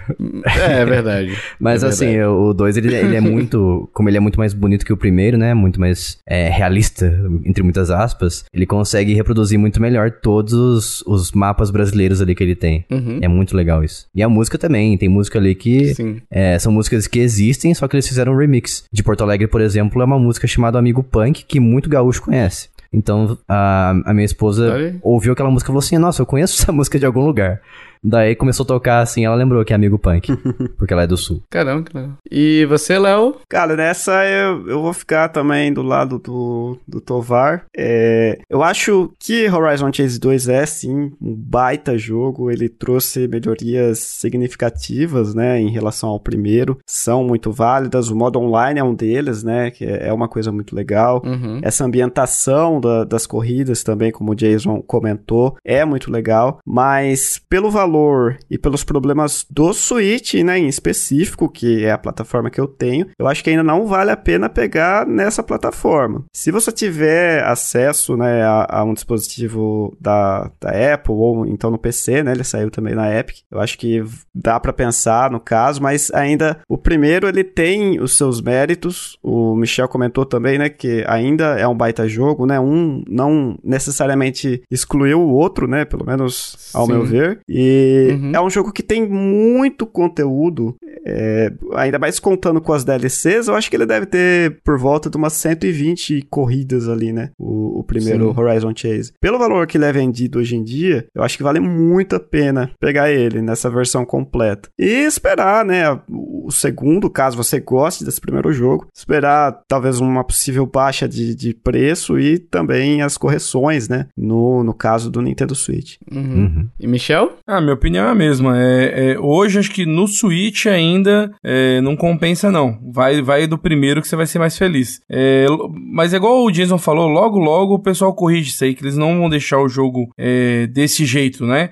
É verdade. Mas assim, o 2, ele é muito... Como ele é muito mais bonito que o primeiro, né? Muito mais realista, entre muitas aspas. Ele consegue reproduzir muito melhor todos os mapas brasileiros ali que ele tem. Uhum. É muito legal isso. E a música também. Tem música ali que... são músicas que existem, só que eles fizeram um remix. De Porto Alegre, por exemplo, é uma música chamada Amigo Punk, que muito gaúcho conhece. Então, a minha esposa ouviu aquela música e falou assim, nossa, eu conheço essa música de algum lugar. Daí começou a tocar assim, ela lembrou que é Amigo Punk, porque ela é do sul. Caramba, que legal. E você, Léo? Cara, nessa eu vou ficar também do lado do Tovar. Eu acho que Horizon Chase 2 é, sim, um baita jogo. Ele trouxe melhorias significativas, né, em relação ao primeiro. São muito válidas. O modo online é um deles, né, que é uma coisa muito legal. Uhum. Essa ambientação das corridas também, como o Jason comentou, é muito legal. Mas pelo valor e pelos problemas do Switch, né, em específico, que é a plataforma que eu tenho, eu acho que ainda não vale a pena pegar nessa plataforma. Se você tiver acesso, né, a um dispositivo da Apple ou então no PC, né, ele saiu também na Epic, eu acho que dá pra pensar no caso, mas ainda o primeiro ele tem os seus méritos. O Michel comentou também, né, que ainda é um baita jogo, né, um não necessariamente excluiu o outro, né, pelo menos ao meu ver, e é um jogo que tem muito conteúdo, ainda mais contando com as DLCs, eu acho que ele deve ter por volta de umas 120 corridas ali, né, o primeiro Horizon Chase. Pelo valor que ele é vendido hoje em dia, eu acho que vale muito a pena pegar ele nessa versão completa. E esperar, né, o segundo, caso você goste desse primeiro jogo, esperar talvez uma possível baixa de preço e também as correções, né, no caso do Nintendo Switch. E Michel? Minha opinião é a mesma. Hoje, acho que no Switch ainda não compensa, não. Vai do primeiro que você vai ser mais feliz. Mas é igual o Jason falou, logo o pessoal corrige isso aí, que eles não vão deixar o jogo desse jeito, né?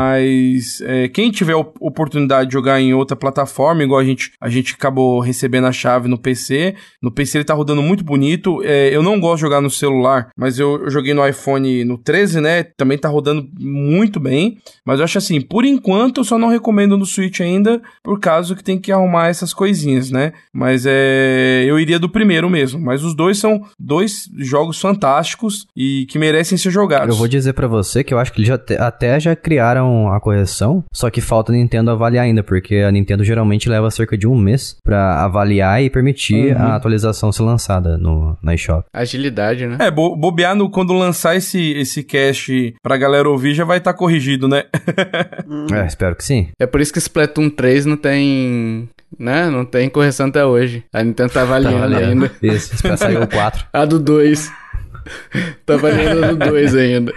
Mas quem tiver oportunidade de jogar em outra plataforma, igual a gente acabou recebendo a chave no PC ele tá rodando muito bonito. Eu não gosto de jogar no celular, mas eu joguei no iPhone no 13, né? Também tá rodando muito bem, mas eu acho assim, por enquanto eu só não recomendo no Switch ainda, por causa que tem que arrumar essas coisinhas, né? Mas eu iria do primeiro mesmo, mas os dois são dois jogos fantásticos e que merecem ser jogados. Eu vou dizer pra você que eu acho que eles até já criaram a correção, só que falta a Nintendo avaliar ainda, porque a Nintendo geralmente leva cerca de um mês pra avaliar e permitir a atualização ser lançada na eShop. Agilidade, né? Bobear quando lançar esse cast pra galera ouvir, já vai estar corrigido, né? Espero que sim. É por isso que Splatoon 3 não tem... né? Não tem correção até hoje. A Nintendo tá avaliando ainda. Isso, espera sair o 4. A do 2. Tá avaliando a do 2 ainda.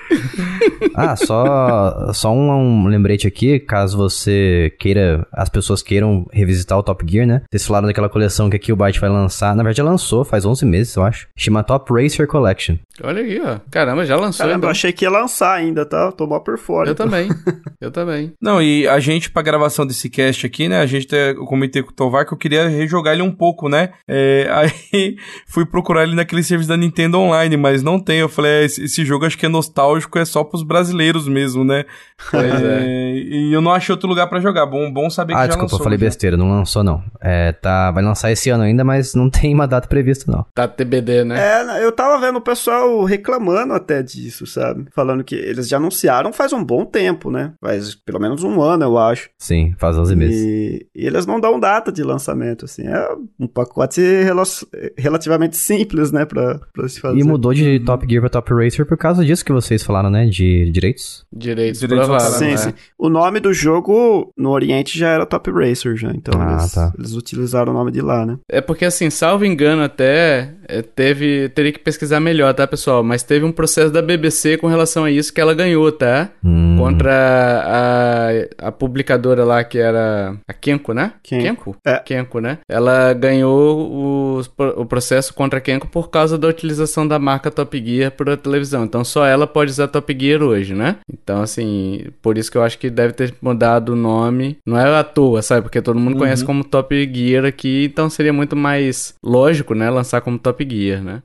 Só um lembrete aqui, caso você queira, as pessoas queiram revisitar o Top Gear, né? Vocês falaram daquela coleção que a Killbyte vai lançar. Na verdade, já lançou faz 11 meses, eu acho. Chama Top Racer Collection. Olha aí, ó. Caramba, já lançou. Caramba, eu achei que ia lançar ainda, tá? Tô mal por fora. Eu também. Não, e a gente, pra gravação desse cast aqui, né? Eu comentei com o Tovar que eu queria rejogar ele um pouco, né? Aí fui procurar ele naquele serviço da Nintendo Online, mas não tem. Eu falei, esse jogo acho que é nostálgico, é só pros brasileiros mesmo, né? E eu não achei outro lugar pra jogar. Bom saber que já desculpa, lançou. Eu falei besteira, não lançou não. Vai lançar esse ano ainda, mas não tem uma data prevista não. Tá TBD, né? Eu tava vendo o pessoal reclamando até disso, sabe? Falando que eles já anunciaram faz um bom tempo, né? Faz pelo menos um ano, eu acho. Sim, faz 11 meses. E eles não dão data de lançamento, assim. É um pacote relativamente simples, né? Pra se fazer. E mudou de Top Gear pra Top Racer por causa disso que vocês falaram, né? De direitos? Direitos prováveis. Sim, sim. O nome do jogo no Oriente já era Top Racer, já. Então eles utilizaram o nome de lá, né? É porque, assim, salvo engano até, teria que pesquisar melhor, tá, pessoal? Mas teve um processo da BBC com relação a isso que ela ganhou, tá? Contra a publicadora lá, que era a Kenko, né? Kenko? Kenko, né? Ela ganhou o processo contra a Kenko por causa da utilização da marca Top Gear para a televisão. Então só ela pode usar Top Gear hoje, né? Então, assim, por isso que eu acho que deve ter mudado o nome. Não é à toa, sabe? Porque todo mundo conhece como Top Gear aqui, então seria muito mais lógico, né? Lançar como Top Gear, né?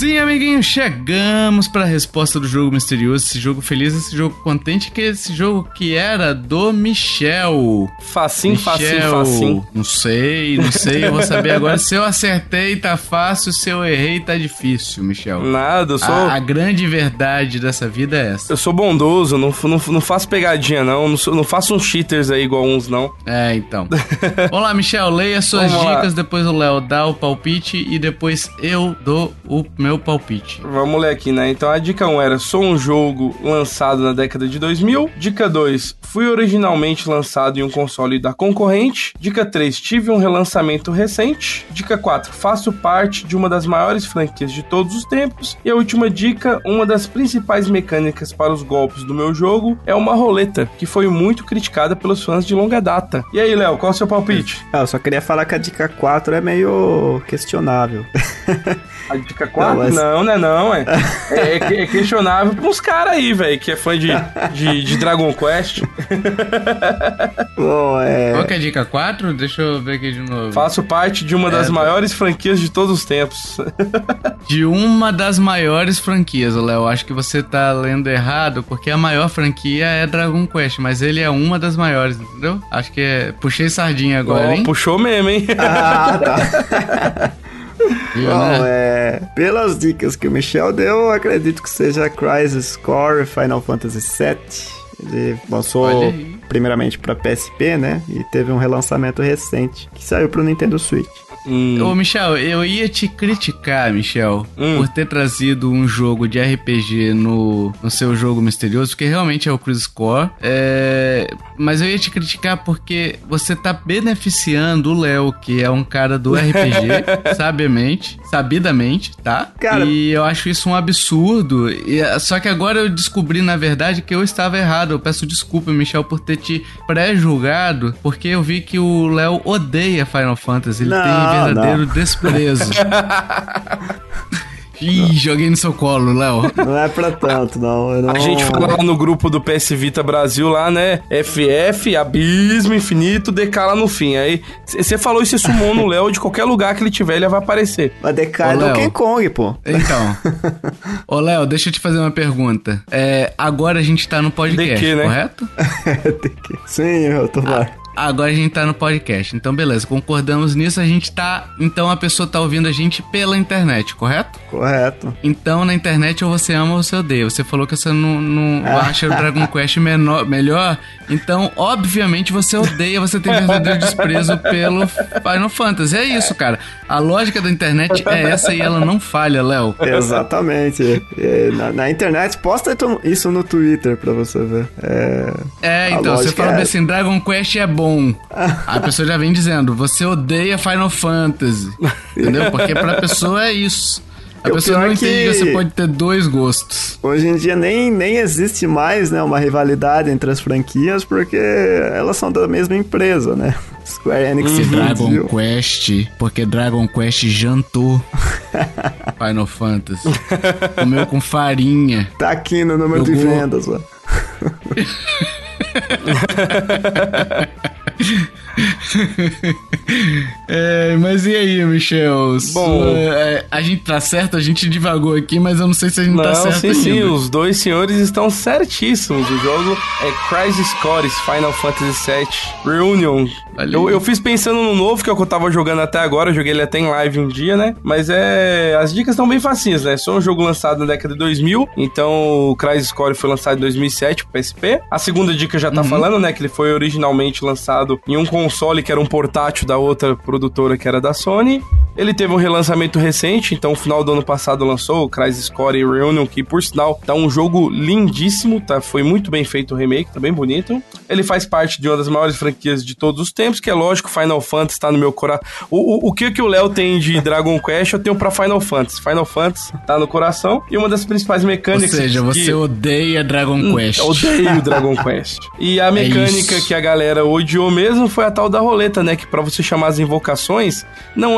Sim, amiguinho, chegamos para a resposta do jogo misterioso, esse jogo feliz, esse jogo contente, que é esse jogo que era do Michel. Facinho. Não sei, eu vou saber agora se eu acertei tá fácil, se eu errei tá difícil, Michel. Nada, eu sou... A grande verdade dessa vida é essa. Eu sou bondoso, não faço pegadinha não faço uns cheaters aí igual uns não. É, então. Vamos lá, Michel, leia suas dicas, depois o Léo dá o palpite e depois eu dou o meu palpite. Vamos ler aqui, né? Então a dica 1 era: sou um jogo lançado na década de 2000. Dica 2, fui originalmente lançado em um console da concorrente. Dica 3, tive um relançamento recente. Dica 4, faço parte de uma das maiores franquias de todos os tempos. E a última dica, uma das principais mecânicas para os golpes do meu jogo é uma roleta, que foi muito criticada pelos fãs de longa data. E aí, Léo, qual é o seu palpite? Eu só queria falar que a dica 4 é meio questionável. A dica 4? Não, é questionável pra uns caras aí, velho, que é fã de Dragon Quest. Bom, Qual que é a dica 4? Deixa eu ver aqui de novo. Faço parte de uma das maiores franquias de todos os tempos. De uma das maiores franquias, Léo. Acho que você tá lendo errado, porque a maior franquia é Dragon Quest, mas ele é uma das maiores, entendeu? Acho que é... Puxei sardinha agora, hein? Puxou mesmo, hein? Ah, tá. Bom, pelas dicas que o Michel deu, eu acredito que seja Crisis Core Final Fantasy VII. Ele lançou primeiramente para PSP, né? E teve um relançamento recente que saiu pro Nintendo Switch. Ô, Michel, eu ia te criticar, Michel, por ter trazido um jogo de RPG no seu jogo misterioso, porque realmente é o Crisis Core. Mas eu ia te criticar porque você tá beneficiando o Léo, que é um cara do RPG, sabidamente, tá? Cara... E eu acho isso um absurdo. Só que agora eu descobri, na verdade, que eu estava errado. Eu peço desculpa, Michel, por ter te pré-julgado, porque eu vi que o Léo odeia Final Fantasy. Ele tem verdadeiro desprezo. Ih, joguei no seu colo, Léo. Não é pra tanto, não. A gente fala lá no grupo do PS Vita Brasil lá, né? FF, Abismo, Infinito, DK lá no fim. Aí, você falou e você sumou no Léo, de qualquer lugar que ele tiver, ele vai aparecer. Mas DK é do Donkey Kong, pô. Então. Ô, Léo, deixa eu te fazer uma pergunta. Agora a gente tá no podcast, DQ, né? Correto? DQ. Sim, eu tô lá. Agora a gente tá no podcast. Então, beleza, concordamos nisso. Então a pessoa tá ouvindo a gente pela internet, correto? Correto. Então, na internet, ou você ama ou você odeia. Você falou que você não acha o Dragon Quest melhor. Então, obviamente, você odeia, você tem verdadeiro desprezo pelo Final Fantasy. É isso, cara. A lógica da internet é essa e ela não falha, Léo. Exatamente. Na internet, posta isso no Twitter pra você ver. Então, você fala assim, Dragon Quest é bom. A pessoa já vem dizendo, você odeia Final Fantasy. Entendeu? Porque pra pessoa é isso. A pessoa não entende que você pode ter dois gostos. Hoje em dia nem existe mais, né, uma rivalidade entre as franquias, porque elas são da mesma empresa, né? Square Enix e Dragon Quest, porque Dragon Quest jantou Final Fantasy. Comeu com farinha. Tá aqui no número de vendas, ó. Mas e aí, Michel? Bom, a gente tá certo, a gente divagou aqui, mas eu não sei se a gente tá certo ainda. Sim, os dois senhores estão certíssimos. O jogo é Crisis Core Final Fantasy VII Reunion. Eu fiz pensando no novo, que é o que eu tava jogando até agora. Eu joguei ele até em live um dia, né? Mas as dicas estão bem facinhas, né? Só um jogo lançado na década de 2000. Então o Crisis Core foi lançado em 2007 pro PSP. A segunda dica já tá falando, né? Que ele foi originalmente lançado em um console que era um portátil da outra produtora, que era da Sony. Ele teve um relançamento recente, então no final do ano passado lançou o Crisis Core Reunion, que por sinal tá um jogo lindíssimo, tá? Foi muito bem feito o remake, tá bem bonito. Ele faz parte de uma das maiores franquias de todos os tempos, que é lógico, Final Fantasy tá no meu coração. O que o Léo tem de Dragon Quest, eu tenho pra Final Fantasy. Final Fantasy tá no coração, e uma das principais mecânicas... Ou seja, você odeia Dragon Quest. Odeio Dragon Quest. E a mecânica que a galera odiou mesmo foi a tal da roleta, né? Que pra você chamar as invocações, não é na hora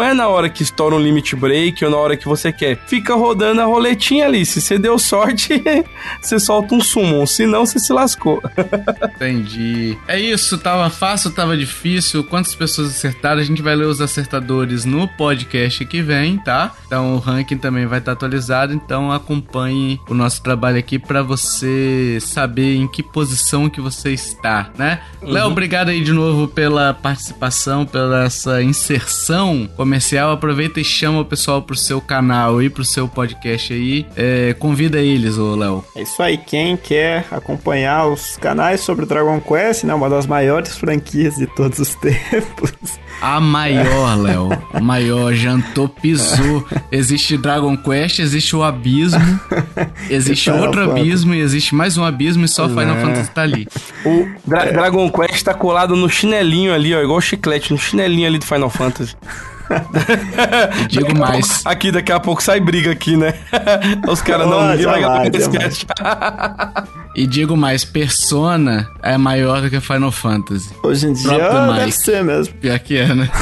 hora que estoura um limit break ou na hora que você quer. Fica rodando a roletinha ali. Se você deu sorte, você solta um summon. Se não, você se lascou. Entendi. É isso, tava fácil, tava difícil. Quantas pessoas acertaram? A gente vai ler os acertadores no podcast que vem, tá? Então o ranking também vai estar atualizado. Então acompanhe o nosso trabalho aqui pra você saber em que posição que você está, né? Léo, obrigado aí de novo pela participação, pela essa inserção comercial. Aproveita e chama o pessoal pro seu canal e pro seu podcast aí. Convida eles, ô Léo. É isso aí, quem quer acompanhar os canais sobre Dragon Quest, né, uma das maiores franquias de todos os tempos. A maior, Léo. A maior, jantou, pisou. Existe Dragon Quest, existe o Abismo, existe outro abismo e existe mais um abismo e só Final Fantasy tá ali. O Dragon Quest tá colado no chinelinho ali, ó, igual chiclete, no chinelinho ali do Final Fantasy. Digo mais. Aqui, daqui a pouco sai briga aqui, né? Os caras não viram esse. E digo mais, Persona é maior do que Final Fantasy. Hoje em dia deve ser mesmo. Pior que é, né?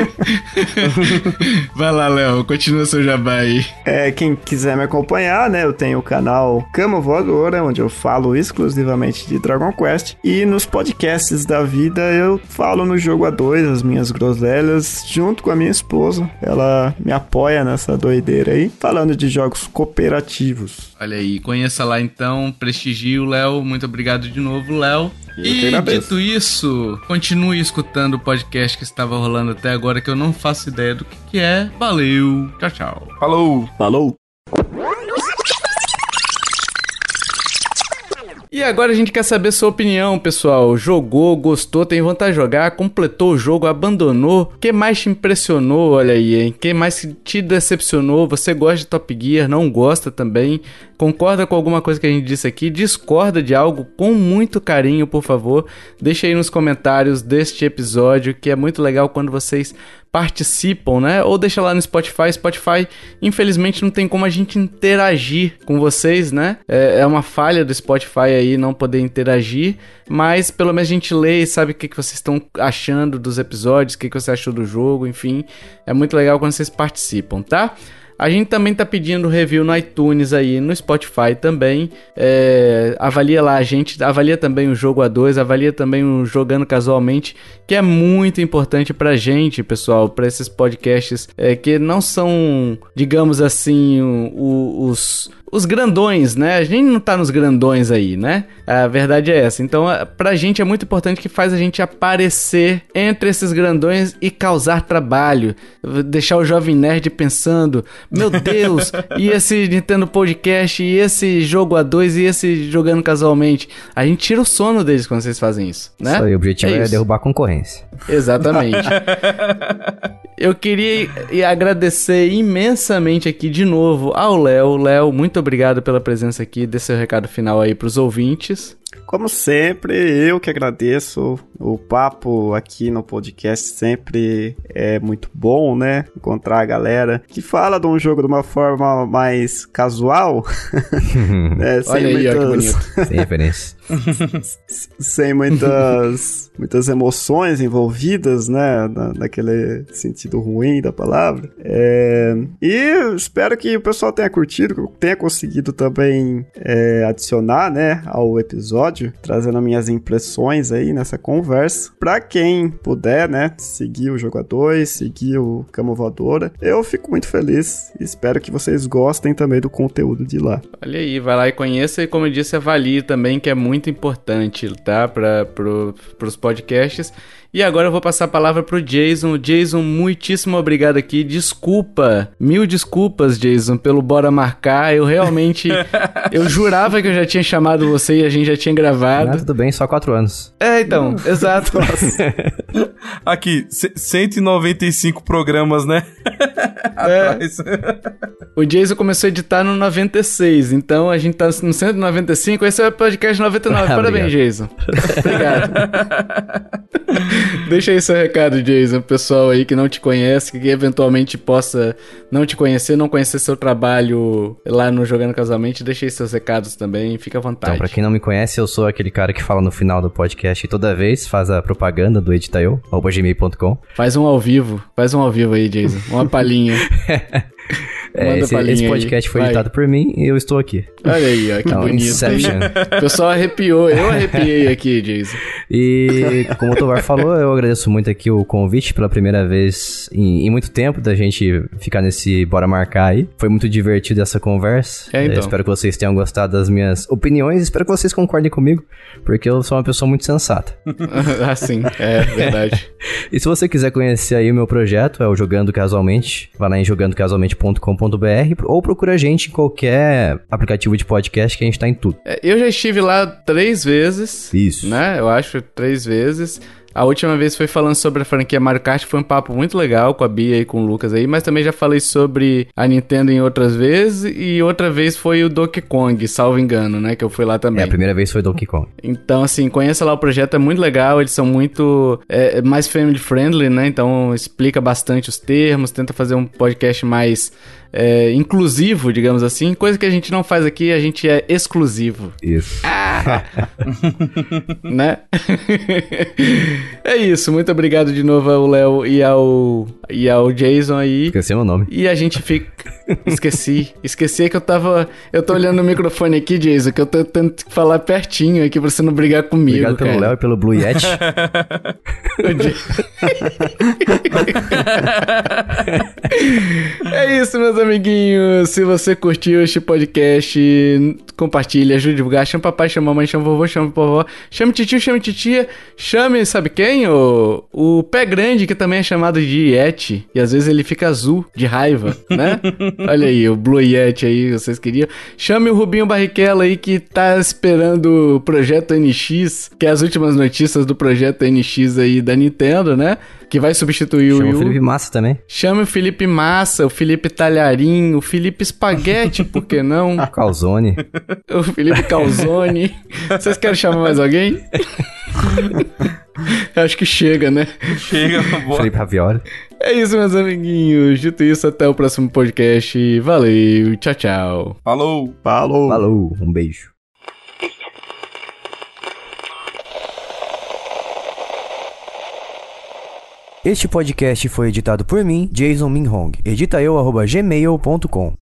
Vai lá, Léo, continua seu jabá aí. Quem quiser me acompanhar, né, eu tenho o canal Cama Voadora, onde eu falo exclusivamente de Dragon Quest. E nos podcasts da vida eu falo no Jogo A2, as minhas groselhas, junto com a minha esposa. Ela me apoia nessa doideira aí, falando de jogos cooperativos. Olha aí, conheça lá então, prestigie o Léo. Muito obrigado de novo, Léo. E dito isso, continue escutando o podcast que estava rolando até agora, que eu não faço ideia do que é. Valeu, tchau, tchau. Falou. E agora a gente quer saber sua opinião, pessoal. Jogou, gostou, tem vontade de jogar, completou o jogo, abandonou? O que mais te impressionou? Olha aí, hein? O que mais te decepcionou? Você gosta de Top Gear? Não gosta também? Concorda com alguma coisa que a gente disse aqui? Discorda de algo? Com muito carinho, por favor. Deixa aí nos comentários deste episódio, que é muito legal quando vocês participam, né? Ou deixa lá no Spotify. Spotify, infelizmente, não tem como a gente interagir com vocês, né? É uma falha do Spotify aí não poder interagir, mas pelo menos a gente lê e sabe o que vocês estão achando dos episódios, o que você achou do jogo, enfim. É muito legal quando vocês participam, tá? A gente também tá pedindo review no iTunes aí, no Spotify também. Avalia lá a gente, avalia também o Jogo A2, avalia também o Jogando Casualmente, que é muito importante pra gente, pessoal, pra esses podcasts que não são, digamos assim, os grandões, né? A gente não tá nos grandões aí, né? A verdade é essa. Então, pra gente é muito importante que faz a gente aparecer entre esses grandões e causar trabalho. Deixar o Jovem Nerd pensando, meu Deus, e esse Nintendo Podcast, e esse Jogo A2, e esse Jogando Casualmente. A gente tira o sono deles quando vocês fazem isso, né? Isso aí, o objetivo é derrubar a concorrência. Exatamente. Eu queria agradecer imensamente aqui de novo ao Léo. Léo, muito obrigado pela presença aqui. Dê seu recado final aí pros ouvintes. Como sempre, eu que agradeço. O papo aqui no podcast sempre é muito bom, né? Encontrar a galera que fala de um jogo de uma forma mais casual. Né? Olha aí, ó, que bonito. Sem referência. Sem muitas emoções envolvidas, né? Naquele sentido ruim da palavra. E espero que o pessoal tenha curtido, tenha conseguido também adicionar, né, ao episódio, trazendo minhas impressões aí nessa conversa. Pra quem puder, né, seguir o Jogo A2, seguir o Cama Voadora, eu fico muito feliz e espero que vocês gostem também do conteúdo de lá. Olha aí, vai lá e conheça e, como eu disse, avalie também, que é muito importante, tá, pros podcasts. E agora eu vou passar a palavra pro Jason. Jason, muitíssimo obrigado aqui. Desculpa, 1000 desculpas, Jason, pelo Bora Marcar. Eu realmente, eu jurava que eu já tinha chamado você e a gente já tinha gravado. Tudo bem, só 4 anos. Então, exato. Aqui, 195 programas, né? O Jason começou a editar no 96, então a gente tá no 195, esse é o podcast 99. Parabéns, Jason. Obrigado. Deixa aí seu recado, Jason, pessoal aí que não te conhece, que eventualmente possa não te conhecer, não conhecer seu trabalho lá no Jogando Casualmente. Deixa aí seus recados também, fica à vontade. Então, pra quem não me conhece, eu sou aquele cara que fala no final do podcast toda vez, faz a propaganda do editaeu@gmail.com. Faz um ao vivo aí, Jason. Uma palhinha. Esse podcast foi editado por mim e eu estou aqui. Olha aí, ó, que bonito. Inception. O pessoal arrepiou, eu arrepiei aqui, Jason. E como o Tovar falou, eu agradeço muito aqui o convite pela primeira vez em muito tempo da gente ficar nesse Bora Marcar aí. Foi muito divertido essa conversa. Então. Espero que vocês tenham gostado das minhas opiniões, espero que vocês concordem comigo, porque eu sou uma pessoa muito sensata. Ah, sim, é verdade. E se você quiser conhecer aí o meu projeto, é o Jogando Casualmente, vai lá em jogandocasualmente.com.br ou procura a gente em qualquer aplicativo de podcast que a gente tá em tudo. Eu já estive lá 3 vezes. Isso. Né? Eu acho 3 vezes. A última vez foi falando sobre a franquia Mario Kart, foi um papo muito legal com a Bia e com o Lucas aí, mas também já falei sobre a Nintendo em outras vezes, e outra vez foi o Donkey Kong, salvo engano, né, que eu fui lá também. A primeira vez foi Donkey Kong. Então, assim, conheça lá o projeto, é muito legal, eles são muito mais family friendly, né, então explica bastante os termos, tenta fazer um podcast mais inclusivo, digamos assim, coisa que a gente não faz aqui, a gente é exclusivo. Isso. Né? É isso, muito obrigado de novo ao Léo e ao Jason aí. Esqueci meu nome. E a gente fica... Esqueci que eu tô olhando no microfone aqui, Jason, que eu tô tentando falar pertinho aqui pra você não brigar comigo, obrigado pelo Léo e pelo Blue Yeti. É isso, meus amiguinhos. Se você curtiu este podcast, compartilhe, ajude a divulgar. Chama papai, chama mamãe, chama vovô, chama vovó. Chame titio, chame titia. Chame, sabe quem? O pé grande, que também é chamado de Yeti. E às vezes ele fica azul, de raiva, né? Olha aí, o Blue Yeti aí, vocês queriam. Chame o Rubinho Barrichello aí, que tá esperando o Projeto NX, que é as últimas notícias do Projeto NX aí da Nintendo, né? Que vai substituir Chama o Wii U. o Felipe Massa também. Chame o Felipe Massa, o Felipe Talharim, o Felipe Spaghetti, por que não? Calzone. O Felipe Calzone. Vocês querem chamar mais alguém? Acho que chega, né? Chega, boa. Felipe Ravioli. É isso, meus amiguinhos. Dito isso, até o próximo podcast. Valeu, tchau, tchau. Falou. Falou, um beijo. Este podcast foi editado por mim, Jason Minhong. editaeu@gmail.com.